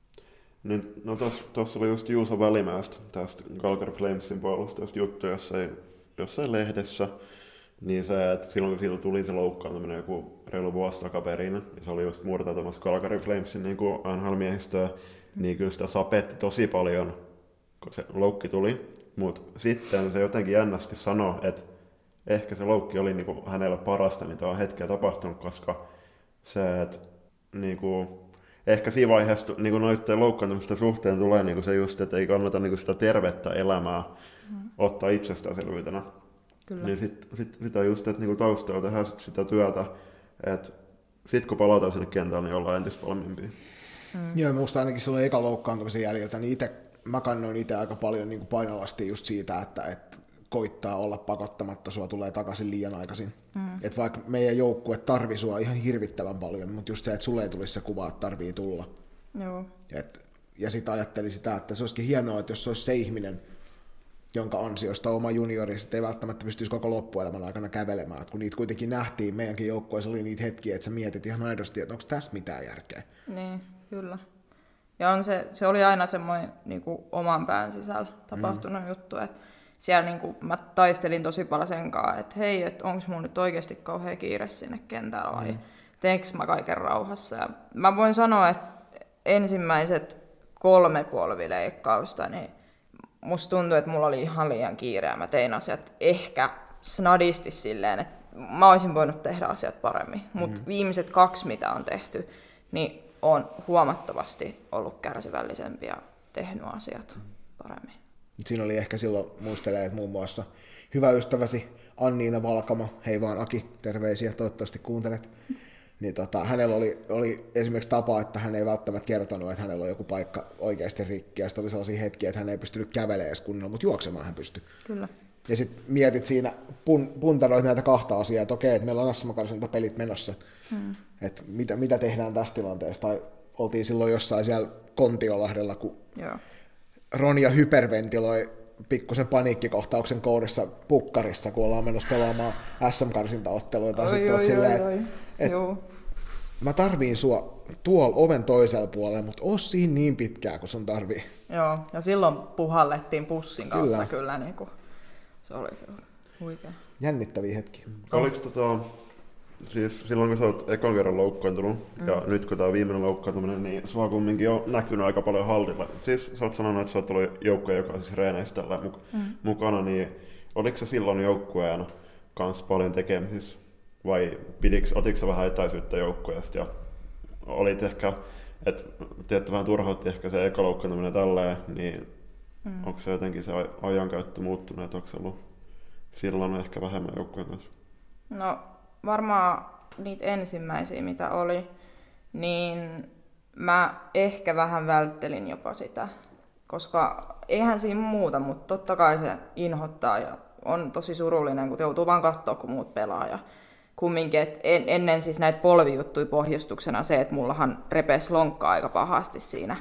Niin, no tuossa oli just Juuso Välimäestä tästä Calgary Flamesin puolustajasta juttu jossain lehdessä, niin se, että silloin kun siitä tuli se loukkaantuminen joku reilu vuosi takaperin, ja se oli just murtautumassa Calgary Flamesin niin NHL-miehistöä, niin kyllä sitä sapetti tosi paljon, kun se loukki tuli. Mutta sitten se jotenkin jännästi sanoi, että ehkä se loukki oli niin kuin hänelle parasta, mitä on hetkeä tapahtunut, koska se, että niin kuin, ehkä siinä vaiheessa niin noiden loukkaantumisten suhteen tulee niin kuin se just, että ei kannata niin kuin sitä tervettä elämää ottaa itsestäänselvyytenä. Kyllä. Niin sitä just, että niin taustalla tehdään sitä työtä, että sitten kun palataan sinne kentälle, niin ollaan entistä valmiimpia. Joo, minusta ainakin silloin eka loukkaantumisen jäljiltä, niin mä kannoin itse aika paljon niin painolasti just siitä, että koittaa olla pakottamatta, sua tulee takaisin liian aikaisin. Että vaikka meidän joukkue tarvii sua ihan hirvittävän paljon, mutta just se, että sulle ei tulisi se kuva, että tarvii tulla. Joo. Ja sitten ajattelin sitä, että se olisikin hienoa, että jos se olisi se ihminen, jonka ansiosta oma juniori sitten ei välttämättä pystyisi koko loppuelämän aikana kävelemään. Et kun niitä kuitenkin nähtiin, meidänkin joukkueessa oli niitä hetkiä, että sä mietit ihan aidosti, että onko tässä mitään järkeä. Niin, kyllä. Ja se oli aina semmoinen niin kuin oman pään sisällä tapahtunut juttu, että siellä niin kuin, mä taistelin tosi paljon sen kanssa, että hei, että onko mun nyt oikeasti kauhean kiire sinne kentällä vai teenkö mä kaiken rauhassa. Ja mä voin sanoa, että ensimmäiset 3 polvileikkausta, niin musta tuntui, että mulla oli ihan liian kiire ja mä tein asiat ehkä snadisti silleen, että mä olisin voinut tehdä asiat paremmin. Mutta viimeiset 2, mitä on tehty, niin on huomattavasti ollut kärsivällisempi ja tehnyt asiat paremmin. Siinä oli ehkä silloin, muistelee, että muun muassa hyvä ystäväsi Anniina Valkama, hei vaan Aki, terveisiä, toivottavasti kuuntelet. Niin hänellä oli esimerkiksi tapa, että hän ei välttämättä kertonut, että hänellä on joku paikka oikeasti rikki, ja sitten oli sellaisia hetkiä, että hän ei pystynyt kävelemään edes kunnolla, mutta juoksemaan hän pystyi. Kyllä. Ja sitten mietit siinä, puntaroit näitä 2 asiaa, että okei, että meillä on SM-karsintapelit menossa, että mitä tehdään tässä tilanteessa, tai oltiin silloin jossain siellä Kontiolahdella, kun Ronja hyperventiloi pikkusen paniikkikohtauksen kohdassa pukkarissa, kun ollaan menossa pelaamaan SM-karsintaotteluita. Mä tarviin sua tuolla oven toisella puolella, mutta oo siinä niin pitkään, kun sun tarvii. Joo, ja silloin puhallettiin pussin kautta kyllä niin kuin, se oli huikea. Jännittäviä hetkiä. Oliko siis silloin kun sä oot ekan kerran loukkaantunut, ja nyt kun tää on viimeinen loukkaantuminen, niin sua kumminkin on näkynyt aika paljon hallilla. Siis sä oot sanonut, että sä oot ollut joukkueen jokaisessa reeneissä tällä mukana, niin oliko sä silloin joukkueen kanssa paljon tekemisissä? Vai otitko sä vähän etäisyyttä joukkueesta ja olit ehkä, että vähän turhautti ehkä se eka loukkaantuminen tälleen, niin Onko se jotenkin se ajankäyttö muuttunut, että onko se ollut silloin ehkä vähemmän joukkueen kanssa? No varmaan niitä ensimmäisiä, mitä oli, niin mä ehkä vähän välttelin jopa sitä, koska eihän siinä muuta, mutta totta kai se inhottaa ja on tosi surullinen, kun joutuu vaan katsoa, kun muut pelaa. Ja kumminkin, että ennen siis näitä polvijuttuja pohjustuksena se, että mullahan repesi lonkka aika pahasti siinä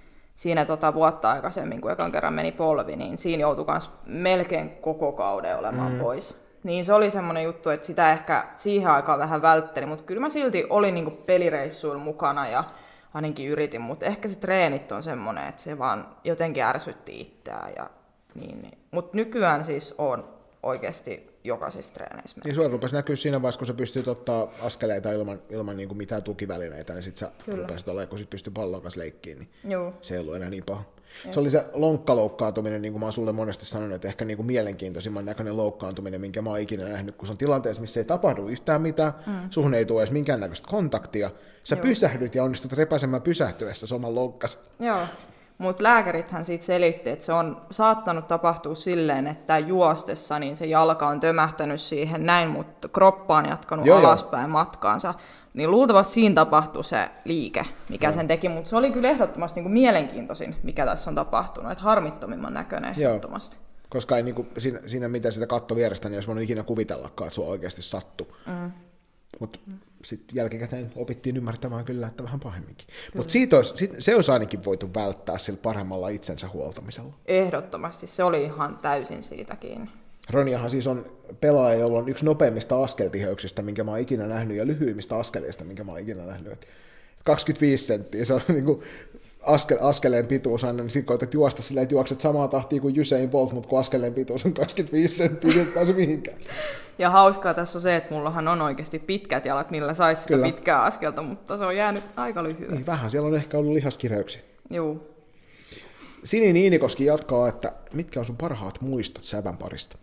vuotta aikaisemmin, kun ekan kerran meni polvi, niin siinä joutui myös melkein koko kauden olemaan pois. Niin se oli semmoinen juttu, että sitä ehkä siihen aikaan vähän vältteli, mutta kyllä mä silti olin niinku pelireissuilla mukana ja ainakin yritin, mutta ehkä se treenit on semmoinen, että se vaan jotenkin ärsytti itseään. Ja niin. Mutta nykyään siis on oikeasti jokaisessa treeneissä. Niin sulla rupesi näkyä siinä vaiheessa, kun sä pystyt ottaa askeleita ilman niin kuin mitään tukivälineitä, niin sit sä rupesit olemaan, kun sit pystyt pallon kanssa leikkiin, niin se ei ollut enää niin paha. Se oli se lonkkaloukkaantuminen, niin kuin mä oon sulle monesti sanonut, että ehkä niin kuin mielenkiintoisimman näköinen loukkaantuminen, minkä mä oon ikinä nähnyt, kun se on tilanteessa, missä ei tapahdu yhtään mitään, suhun ei tule edes minkäännäköistä kontaktia, sä pysähdyt ja onnistut repäisemään pysähtyessä oman lonkkas. Joo, mutta lääkärithän siitä selitti, että se on saattanut tapahtua silleen, että juostessa niin se jalka on tömähtänyt siihen näin, mutta kroppa on jatkanut alaspäin matkaansa. Niin luultavasti siinä tapahtui se liike, mikä sen teki, mutta se oli kyllä ehdottomasti niin kuin mielenkiintoisin, mikä tässä on tapahtunut, että harmittomimman näköinen ehdottomasti. Koska ei niin kuin siinä mitä sitä katto vierestä, niin olisi voinut ikinä kuvitellakaan, että sua oikeasti sattuu. Mutta sitten jälkikäteen opittiin ymmärtämään kyllä, että vähän pahemminkin. Mutta se olisi ainakin voitu välttää sillä paremmalla itsensä huoltamisella. Ehdottomasti, se oli ihan täysin siitä kiinni. Roniahan siis on pelaaja, jolla on yksi nopeimmista askeltiheyksistä, minkä mä oon ikinä nähnyt, ja lyhyimmistä askeleista, minkä mä oon ikinä nähnyt. 25 senttiä, se on niin kuin askeleen pituus aina, niin sitten koetat juosta silleen, että juokset samaa tahtia kuin Usain Bolt, mutta kun askeleen pituus on 25 senttiä, niin et pääse mihinkään. Ja hauskaa tässä on se, että mullahan on oikeasti pitkät jalat, millä saisi sitä pitkää askelta, mutta se on jäänyt aika lyhyeksi. Niin, vähän siellä on ehkä ollut lihaskireyksiä. Joo. Sini Niinikoski jatkaa, että mitkä on sun parhaat muistot Sävän parista?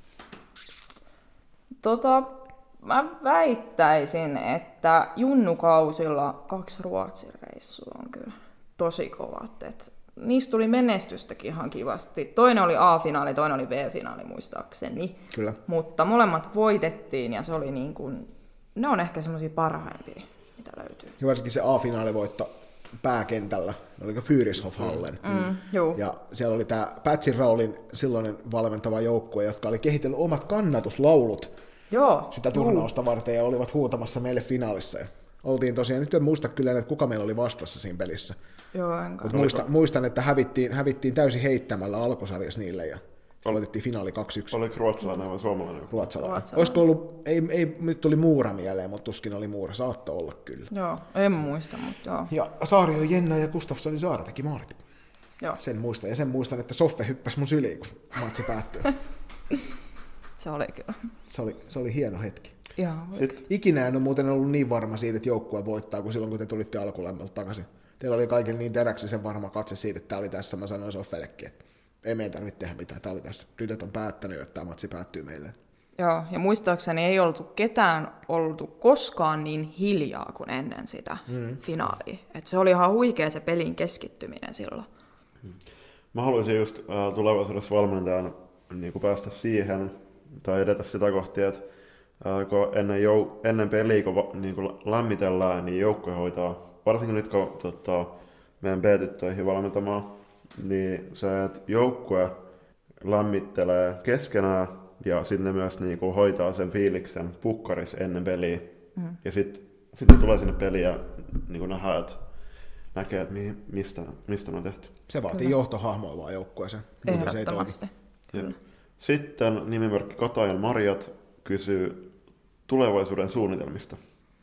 Mä väittäisin, että junnukausilla 2 Ruotsin reissua on kyllä tosi kovat. Niistä tuli menestystäkin ihan kivasti. Toinen oli A-finaali, toinen oli B-finaali muistaakseni. Kyllä. Mutta molemmat voitettiin ja se oli niin kuin, ne on ehkä semmoisia parhaimpia, mitä löytyy. Ja varsinkin se A-finaalivoitto pääkentällä, oliko Fyrishof-hallen. Ja siellä oli tämä Patsin Raulin silloinen valmentava joukkue, jotka oli kehitellyt omat kannatuslaulut sitä turnausta varten ja olivat huutamassa meille finaalissa. Ja oltiin tosiaan, nyt en muista kyllä, että kuka meillä oli vastassa siinä pelissä. Muistan, että hävittiin täysin heittämällä alkusarjassa niille ja voitettiin finaali 2-1. Oliko ruotsalainen vai suomalainen? Ruotsalainen. Olisiko ollut, ei nyt tuli Muura mieleen, mutta tuskin oli Muura, saattoi olla kyllä. Joo, en muista, mutta joo. Ja Saario, Jenna ja Gustafssonin Saara teki maalit. Joo. Sen muistan, että Soffe hyppäsi mun syliin, kun matsi päättyi. Se oli kyllä. Se oli hieno hetki. Ikinä en ole muuten ollut niin varma siitä, että joukkue voittaa, kuin silloin, kun te tulitte alkulämmöltä takaisin. Teillä oli kaikille niin teräksisen varma katse siitä, että tämä oli tässä. Mä sanoin Soffellekin, että ei meidän tarvitse tehdä mitään. Tämä oli tässä. Tytöt on päättänyt, että tämä matsi päättyy meille. Joo, ja muistaakseni ei ketään oltu koskaan niin hiljaa kuin ennen sitä finaalia. Et se oli ihan huikea se pelin keskittyminen silloin. Mä haluaisin just tulevaisuudessa valmentajan niin kuin päästä siihen, tai edetä sitä kohti, että kun ennen peliä, kun niin kuin lämmitellään, niin joukkue hoitaa, varsinkin nyt kun meidän B-tyttöihin valmentamaan, niin se, että joukkue lämmittelee keskenään, ja sitten ne myös niin kuin hoitaa sen fiiliksen pukkarissa ennen peliä. Ja sitten tulee sinne peliin ja niin kuin näkee, että mistä ne on tehty. Se vaatii johtohahmoa vaan joukkueeseen. Ehdottomasti. Sitten nimimerkki Katajan Marjat kysyy tulevaisuuden suunnitelmista.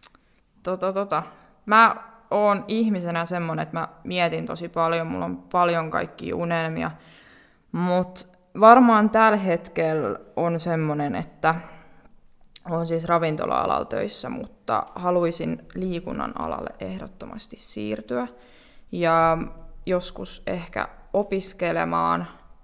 Mä oon ihmisenä semmonen, että mä mietin tosi paljon, mulla on paljon kaikkia unelmia, mutta varmaan tällä hetkellä on semmonen, että olen siis ravintola-alalla töissä, mutta haluaisin liikunnan alalle ehdottomasti siirtyä ja joskus ehkä opiskelemaan.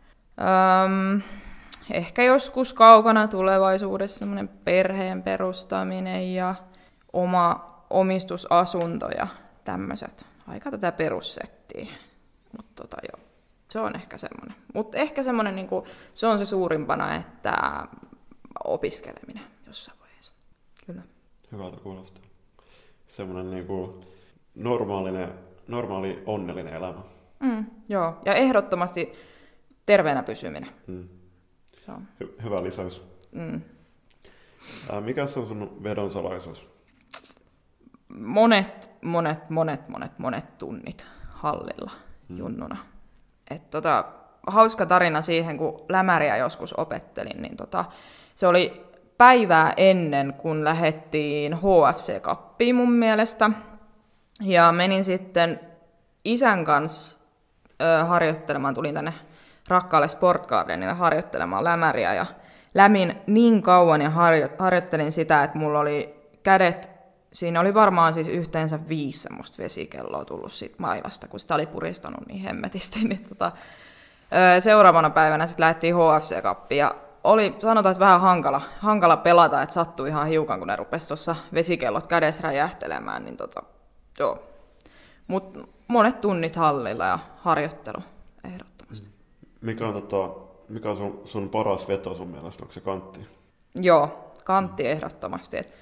Ehkä joskus kaukana tulevaisuudessa semmoinen perheen perustaminen ja oma omistusasunto ja tämmöiset. Aika tätä perussettiä, mutta Se on ehkä semmoinen. Mutta ehkä semmoinen, niin se on se suurimpana, että opiskeleminen jossain vaiheessa. Kyllä. Hyvältä kuulostaa. Semmoinen niin kuin normaali onnellinen elämä. Joo, ja ehdottomasti terveenä pysyminen. Se on. Hyvä lisäys. Mikä on sun vedon salaisuus? Monet tunnit hallilla junnuna. Hauska tarina siihen, kun lämäriä joskus opettelin, niin se oli päivää ennen, kun lähdettiin HFC-kappiin mun mielestä. Ja menin sitten isän kanssa harjoittelemaan, tulin tänne rakkaalle Sport Gardenille harjoittelemaan lämäriä ja lämin niin kauan ja harjoittelin sitä, että mulla oli kädet, siinä oli varmaan siis yhteensä 5 semmoista vesikelloa tullut siitä mailasta, kun sitä oli puristanut niin hemmetisti. Niin seuraavana päivänä sitten lähdettiin HFC-kappiin ja oli, sanotaan, että vähän hankala pelata, että sattui ihan hiukan, kun ne rupesi tuossa vesikellot kädessä räjähtelemään, niin joo. Mutta monet tunnit hallilla ja harjoittelu ehdottomasti. Mikä on sun paras veto sun mielestä? Onko se kantti? Joo, kantti ehdottomasti. Et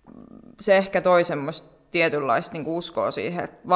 se ehkä toi semmoista tietynlaista niin uskoa siihen, että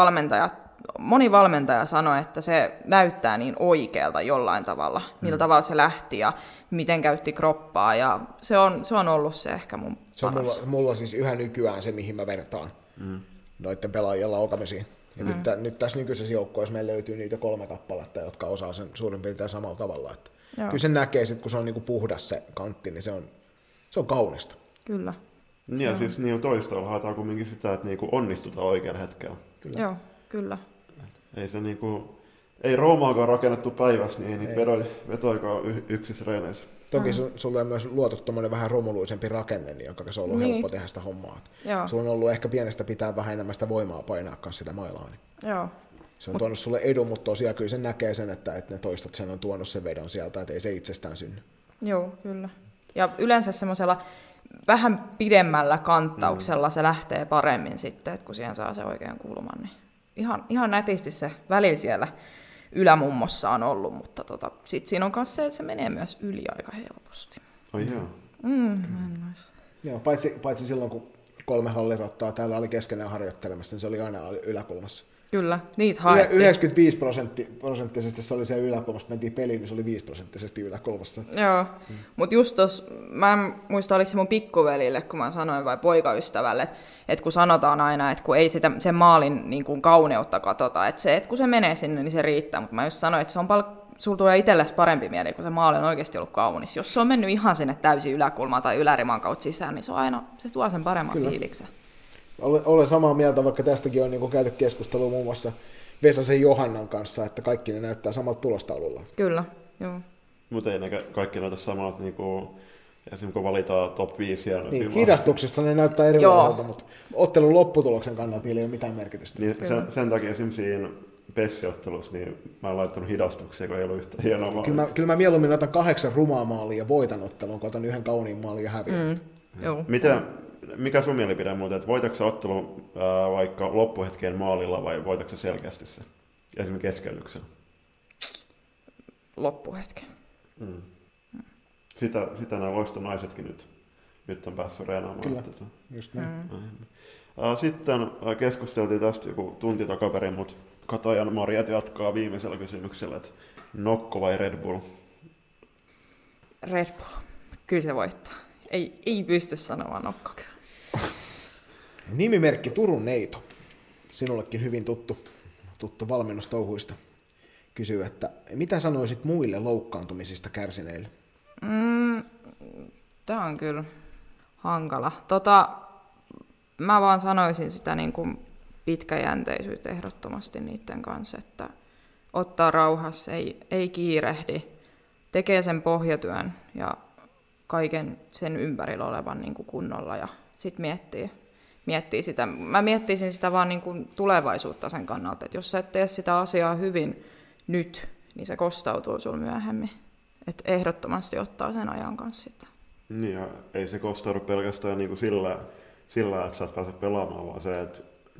moni valmentaja sanoi, että se näyttää niin oikealta jollain tavalla, millä tavalla se lähti ja miten käytti kroppaa. Ja se on ollut se ehkä mun paras. Se on mulla siis yhä nykyään se, mihin mä vertaan noiden pelaajien laukamisiin. Ja nyt tässä nykyisessä joukkueessa meillä löytyy niitä 3 kappaletta, jotka osaa sen suurin piirtein samalla tavalla. Että kyllä sen näkee sitten, kun se on niinku puhdas se kantti, niin se on kaunista. Kyllä. Niin ja siis niillä toistoilla haetaan kumminkin sitä, että niinku onnistutaan oikealla hetkellä. Kyllä. Joo, kyllä. Ei se ei Roomaakaan rakennettu päivässä, niin ei niitä vetoikaan yksissä reeneissä. Toki sulla on myös luotu tuommoinen vähän romuluisempi rakenne, niin jonka se on ollut helppo tehdä sitä hommaa. Sulla on ollut ehkä pienestä pitää vähän enemmän sitä voimaa painaa kanssa sitä mailaa. Niin joo. Se on tuonut sulle edun, mutta tosiaan kyllä sen näkee sen, että ne toistot sen on tuonut sen vedon sieltä, että ei se itsestään synny. Joo, kyllä. Ja yleensä semmoisella vähän pidemmällä kanttauksella se lähtee paremmin sitten, että kun siihen saa se oikean kulman, niin ihan nätisti se välillä siellä ylämummossa on ollut, mutta sitten siinä on myös se, että se menee myös yli aika helposti. Ai joo. Joo, paitsi silloin, kun 3 hallirottaa täällä oli keskenään harjoittelemassa, niin se oli aina yläkulmassa. Kyllä, niitä haettiin. 95% se oli se yläkulmassa, mentiin peliin, niin se oli 5% yläkulmassa. Joo, mutta just tuossa, mä en muista, oliko se mun pikkuvelille, kun mä sanoin, vai poikaystävälle, että kun sanotaan aina, että kun ei sen maalin niin kuin kauneutta katsota, että kun se menee sinne, niin se riittää, mutta mä just sanoin, että sulla tulee itsellesi parempi mieli, kun se maali on oikeasti ollut kaunis. Jos se on mennyt ihan sinne täysin yläkulmaan tai yläriman kautta sisään, niin se tuo sen paremman fiiliksen. Olen samaa mieltä, vaikka tästäkin on niin käyty keskustelua muun muassa Vesasen Johannan kanssa, että kaikki ne näyttää samalta tulostaululla. Kyllä, joo. Mutta ei ne kaikki näytä samalta, niin esimerkiksi kun valitaan top 5. Niin, hidastuksessa ne näyttää erilaiselta, mutta ottelun lopputuloksen kannalta niillä ei ole mitään merkitystä. Niin sen takia esimerkiksi siinä Pessi-ottelussa niin mä oon laittanut hidastuksia, kun ei ollut yhtä hienoa maalia. Kyllä mä mieluummin otan 8 rumaa maalia ja voitan ottelun, kun otan 1 kauniin maalin ja häviän. Mikä sun mielipide muuten, että voitatko sä ottelun vaikka loppuhetkeen maalilla vai voitatko sä selkeästi se? Esimerkiksi keskeytyksen? Loppuhetken. Sitä nämä loistonaisetkin nyt on päässyt reenaamaan. Kyllä, just näin. Sitten keskusteltiin tästä joku tunti takaperin, mutta Katajan Marjat jatkaa viimeisellä kysymyksellä, että Nokko vai Red Bull? Red Bull. Kyllä se voittaa. Ei pysty sanomaan Nokko. Nimimerkki Turun Neito. Sinullekin hyvin tuttu valmennustouhuista. Kysyy, että mitä sanoisit muille loukkaantumisista kärsineille? Tämä on kyllä hankala. Mä vaan sanoisin sitä niin kuin pitkäjänteisyyttä ehdottomasti niiden kanssa, että ottaa rauhassa, ei kiirehdi, tekee sen pohjatyön ja kaiken sen ympärillä olevan niin kuin kunnolla ja sitten miettii sitä. Mä miettisin sitä vaan niin kuin tulevaisuutta sen kannalta, että jos sä et tee sitä asiaa hyvin nyt, niin se kostautuu sulla myöhemmin. Että ehdottomasti ottaa sen ajan kanssa sitä. Niin ja ei se kostaudu pelkästään niin kuin sillä, että sä et pääse pelaamaan, vaan se, että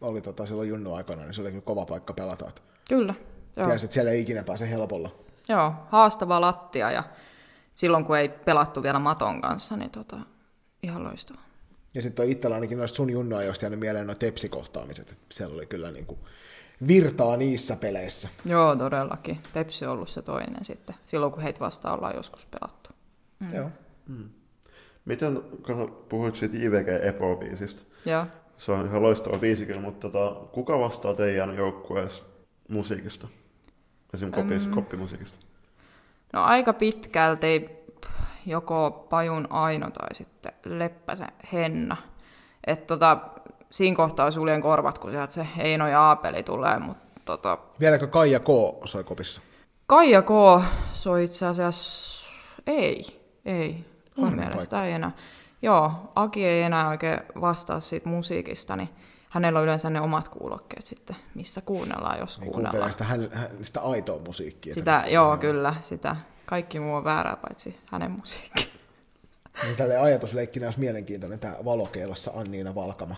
oli silloin Junnu aikana, niin se oli kyllä kova paikka pelata. Kyllä. Tiesi, että siellä ei ikinä pääse helpolla. Joo, haastava lattia ja silloin kun ei pelattu vielä maton kanssa, niin ihan loistavaa. Ja sitten itsellä ainakin noista sun Junnu-ajoista jäänyt mieleen nuo Tepsi-kohtaamiset, että siellä oli kyllä niin kuin virtaa niissä peleissä. Joo, todellakin. Tepsi on ollut se toinen sitten, silloin kun heitä vastaan ollaan joskus pelattu. Joo. Miten, puhuitko siitä JVG Epo-biisistä? Joo. Se on ihan loistava biisi kyllä, mutta kuka vastaa teidän joukkueessa musiikista? Esimerkiksi koppimusiikista? No aika pitkälti joko Pajun Aino tai sitten Leppäsen Henna. Että siinä kohtaa suljen korvat, kun sieltä se Eino ja Aapeli tulee, mutta Vieläkö Kaija K. soi kopissa? Kaija K. soi itse asiassa... Ei. Mun mielestä ei enää. Joo, Aki ei enää oikein vastaa siitä musiikista, niin hänellä on yleensä ne omat kuulokkeet sitten, missä kuunnellaan, jos niin kuunnellaan. Sitä aitoa musiikkia. Sitä, joo, kyllä, sitä. Kaikki muu on väärää, paitsi hänen musiikki. Niin tälle ajatusleikkinä olisi mielenkiintoinen tämä Valokeilassa Anniina Valkama.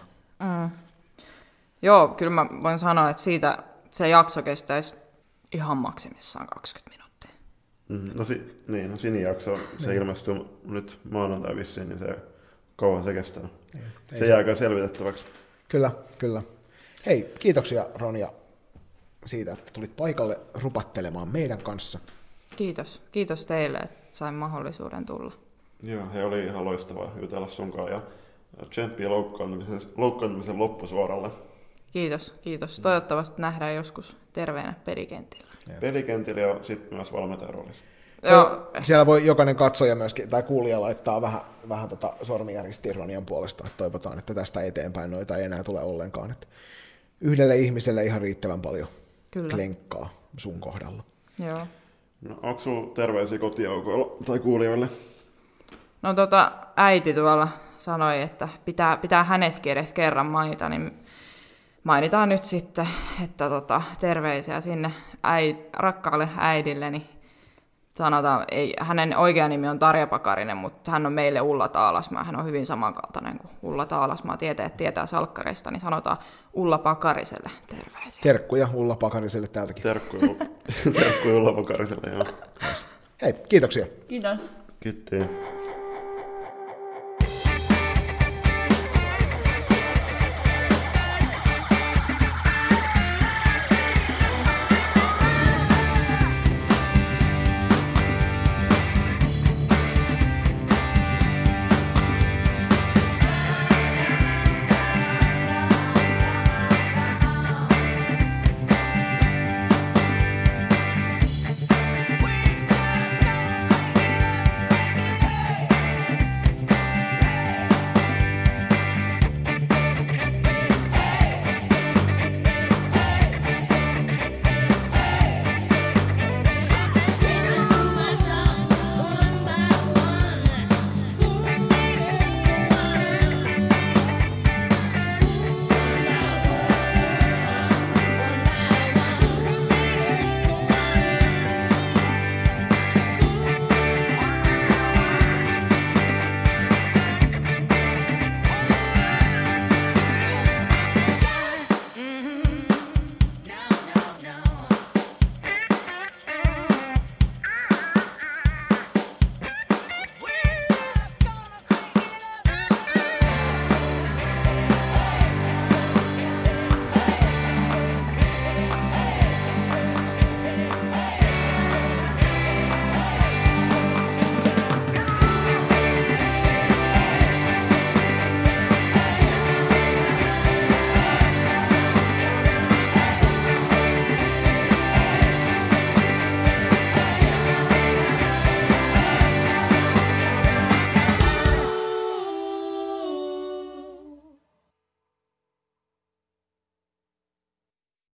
Joo, kyllä mä voin sanoa, että siitä se jakso kestäisi ihan maksimissaan 20 minuuttia. No Sini-jakso, se ilmestyy nyt maanantai vissiin, niin se kauan se kestää. Se jääkö selvitettäväksi. Kyllä. Hei, kiitoksia Ronja siitä, että tulit paikalle rupattelemaan meidän kanssa. Kiitos teille, että sain mahdollisuuden tulla. Joo, he oli ihan loistavaa jutella sunkaan ja tsemppiä loukkaantumisen loppusuoralle. Kiitos. Toivottavasti nähdään joskus terveenä pelikentillä. Pelikentillä ja sitten myös valmentajan roolissa. Siellä voi jokainen katsoja myöskin, tai kuulija laittaa vähän sormia ristiin Ronian puolesta, että toivotaan, että tästä eteenpäin noita ei enää tule ollenkaan. Että yhdelle ihmiselle ihan riittävän paljon klenkkaa sun kohdalla. Joo. No, onko sinulla terveisiä kotijoukoilla tai kuulijoille? No äiti tuolla sanoi, että pitää hänetkin edes kerran mainita, niin mainitaan nyt sitten, että terveisiä sinne rakkaalle äidille, niin sanotaan, hänen oikea nimi on Tarja Pakarinen, mutta hän on meille Ulla Taalasmaa. Hän on hyvin samankaltainen kuin Ulla Taalasmaa. Tietää salkkareista, niin sanotaan Ulla Pakariselle terveisiä. Terkkuja Ulla Pakariselle täältäkin. Terkkuja Ulla Pakariselle, joo. Hei, kiitoksia. Kiitos. Kiitos.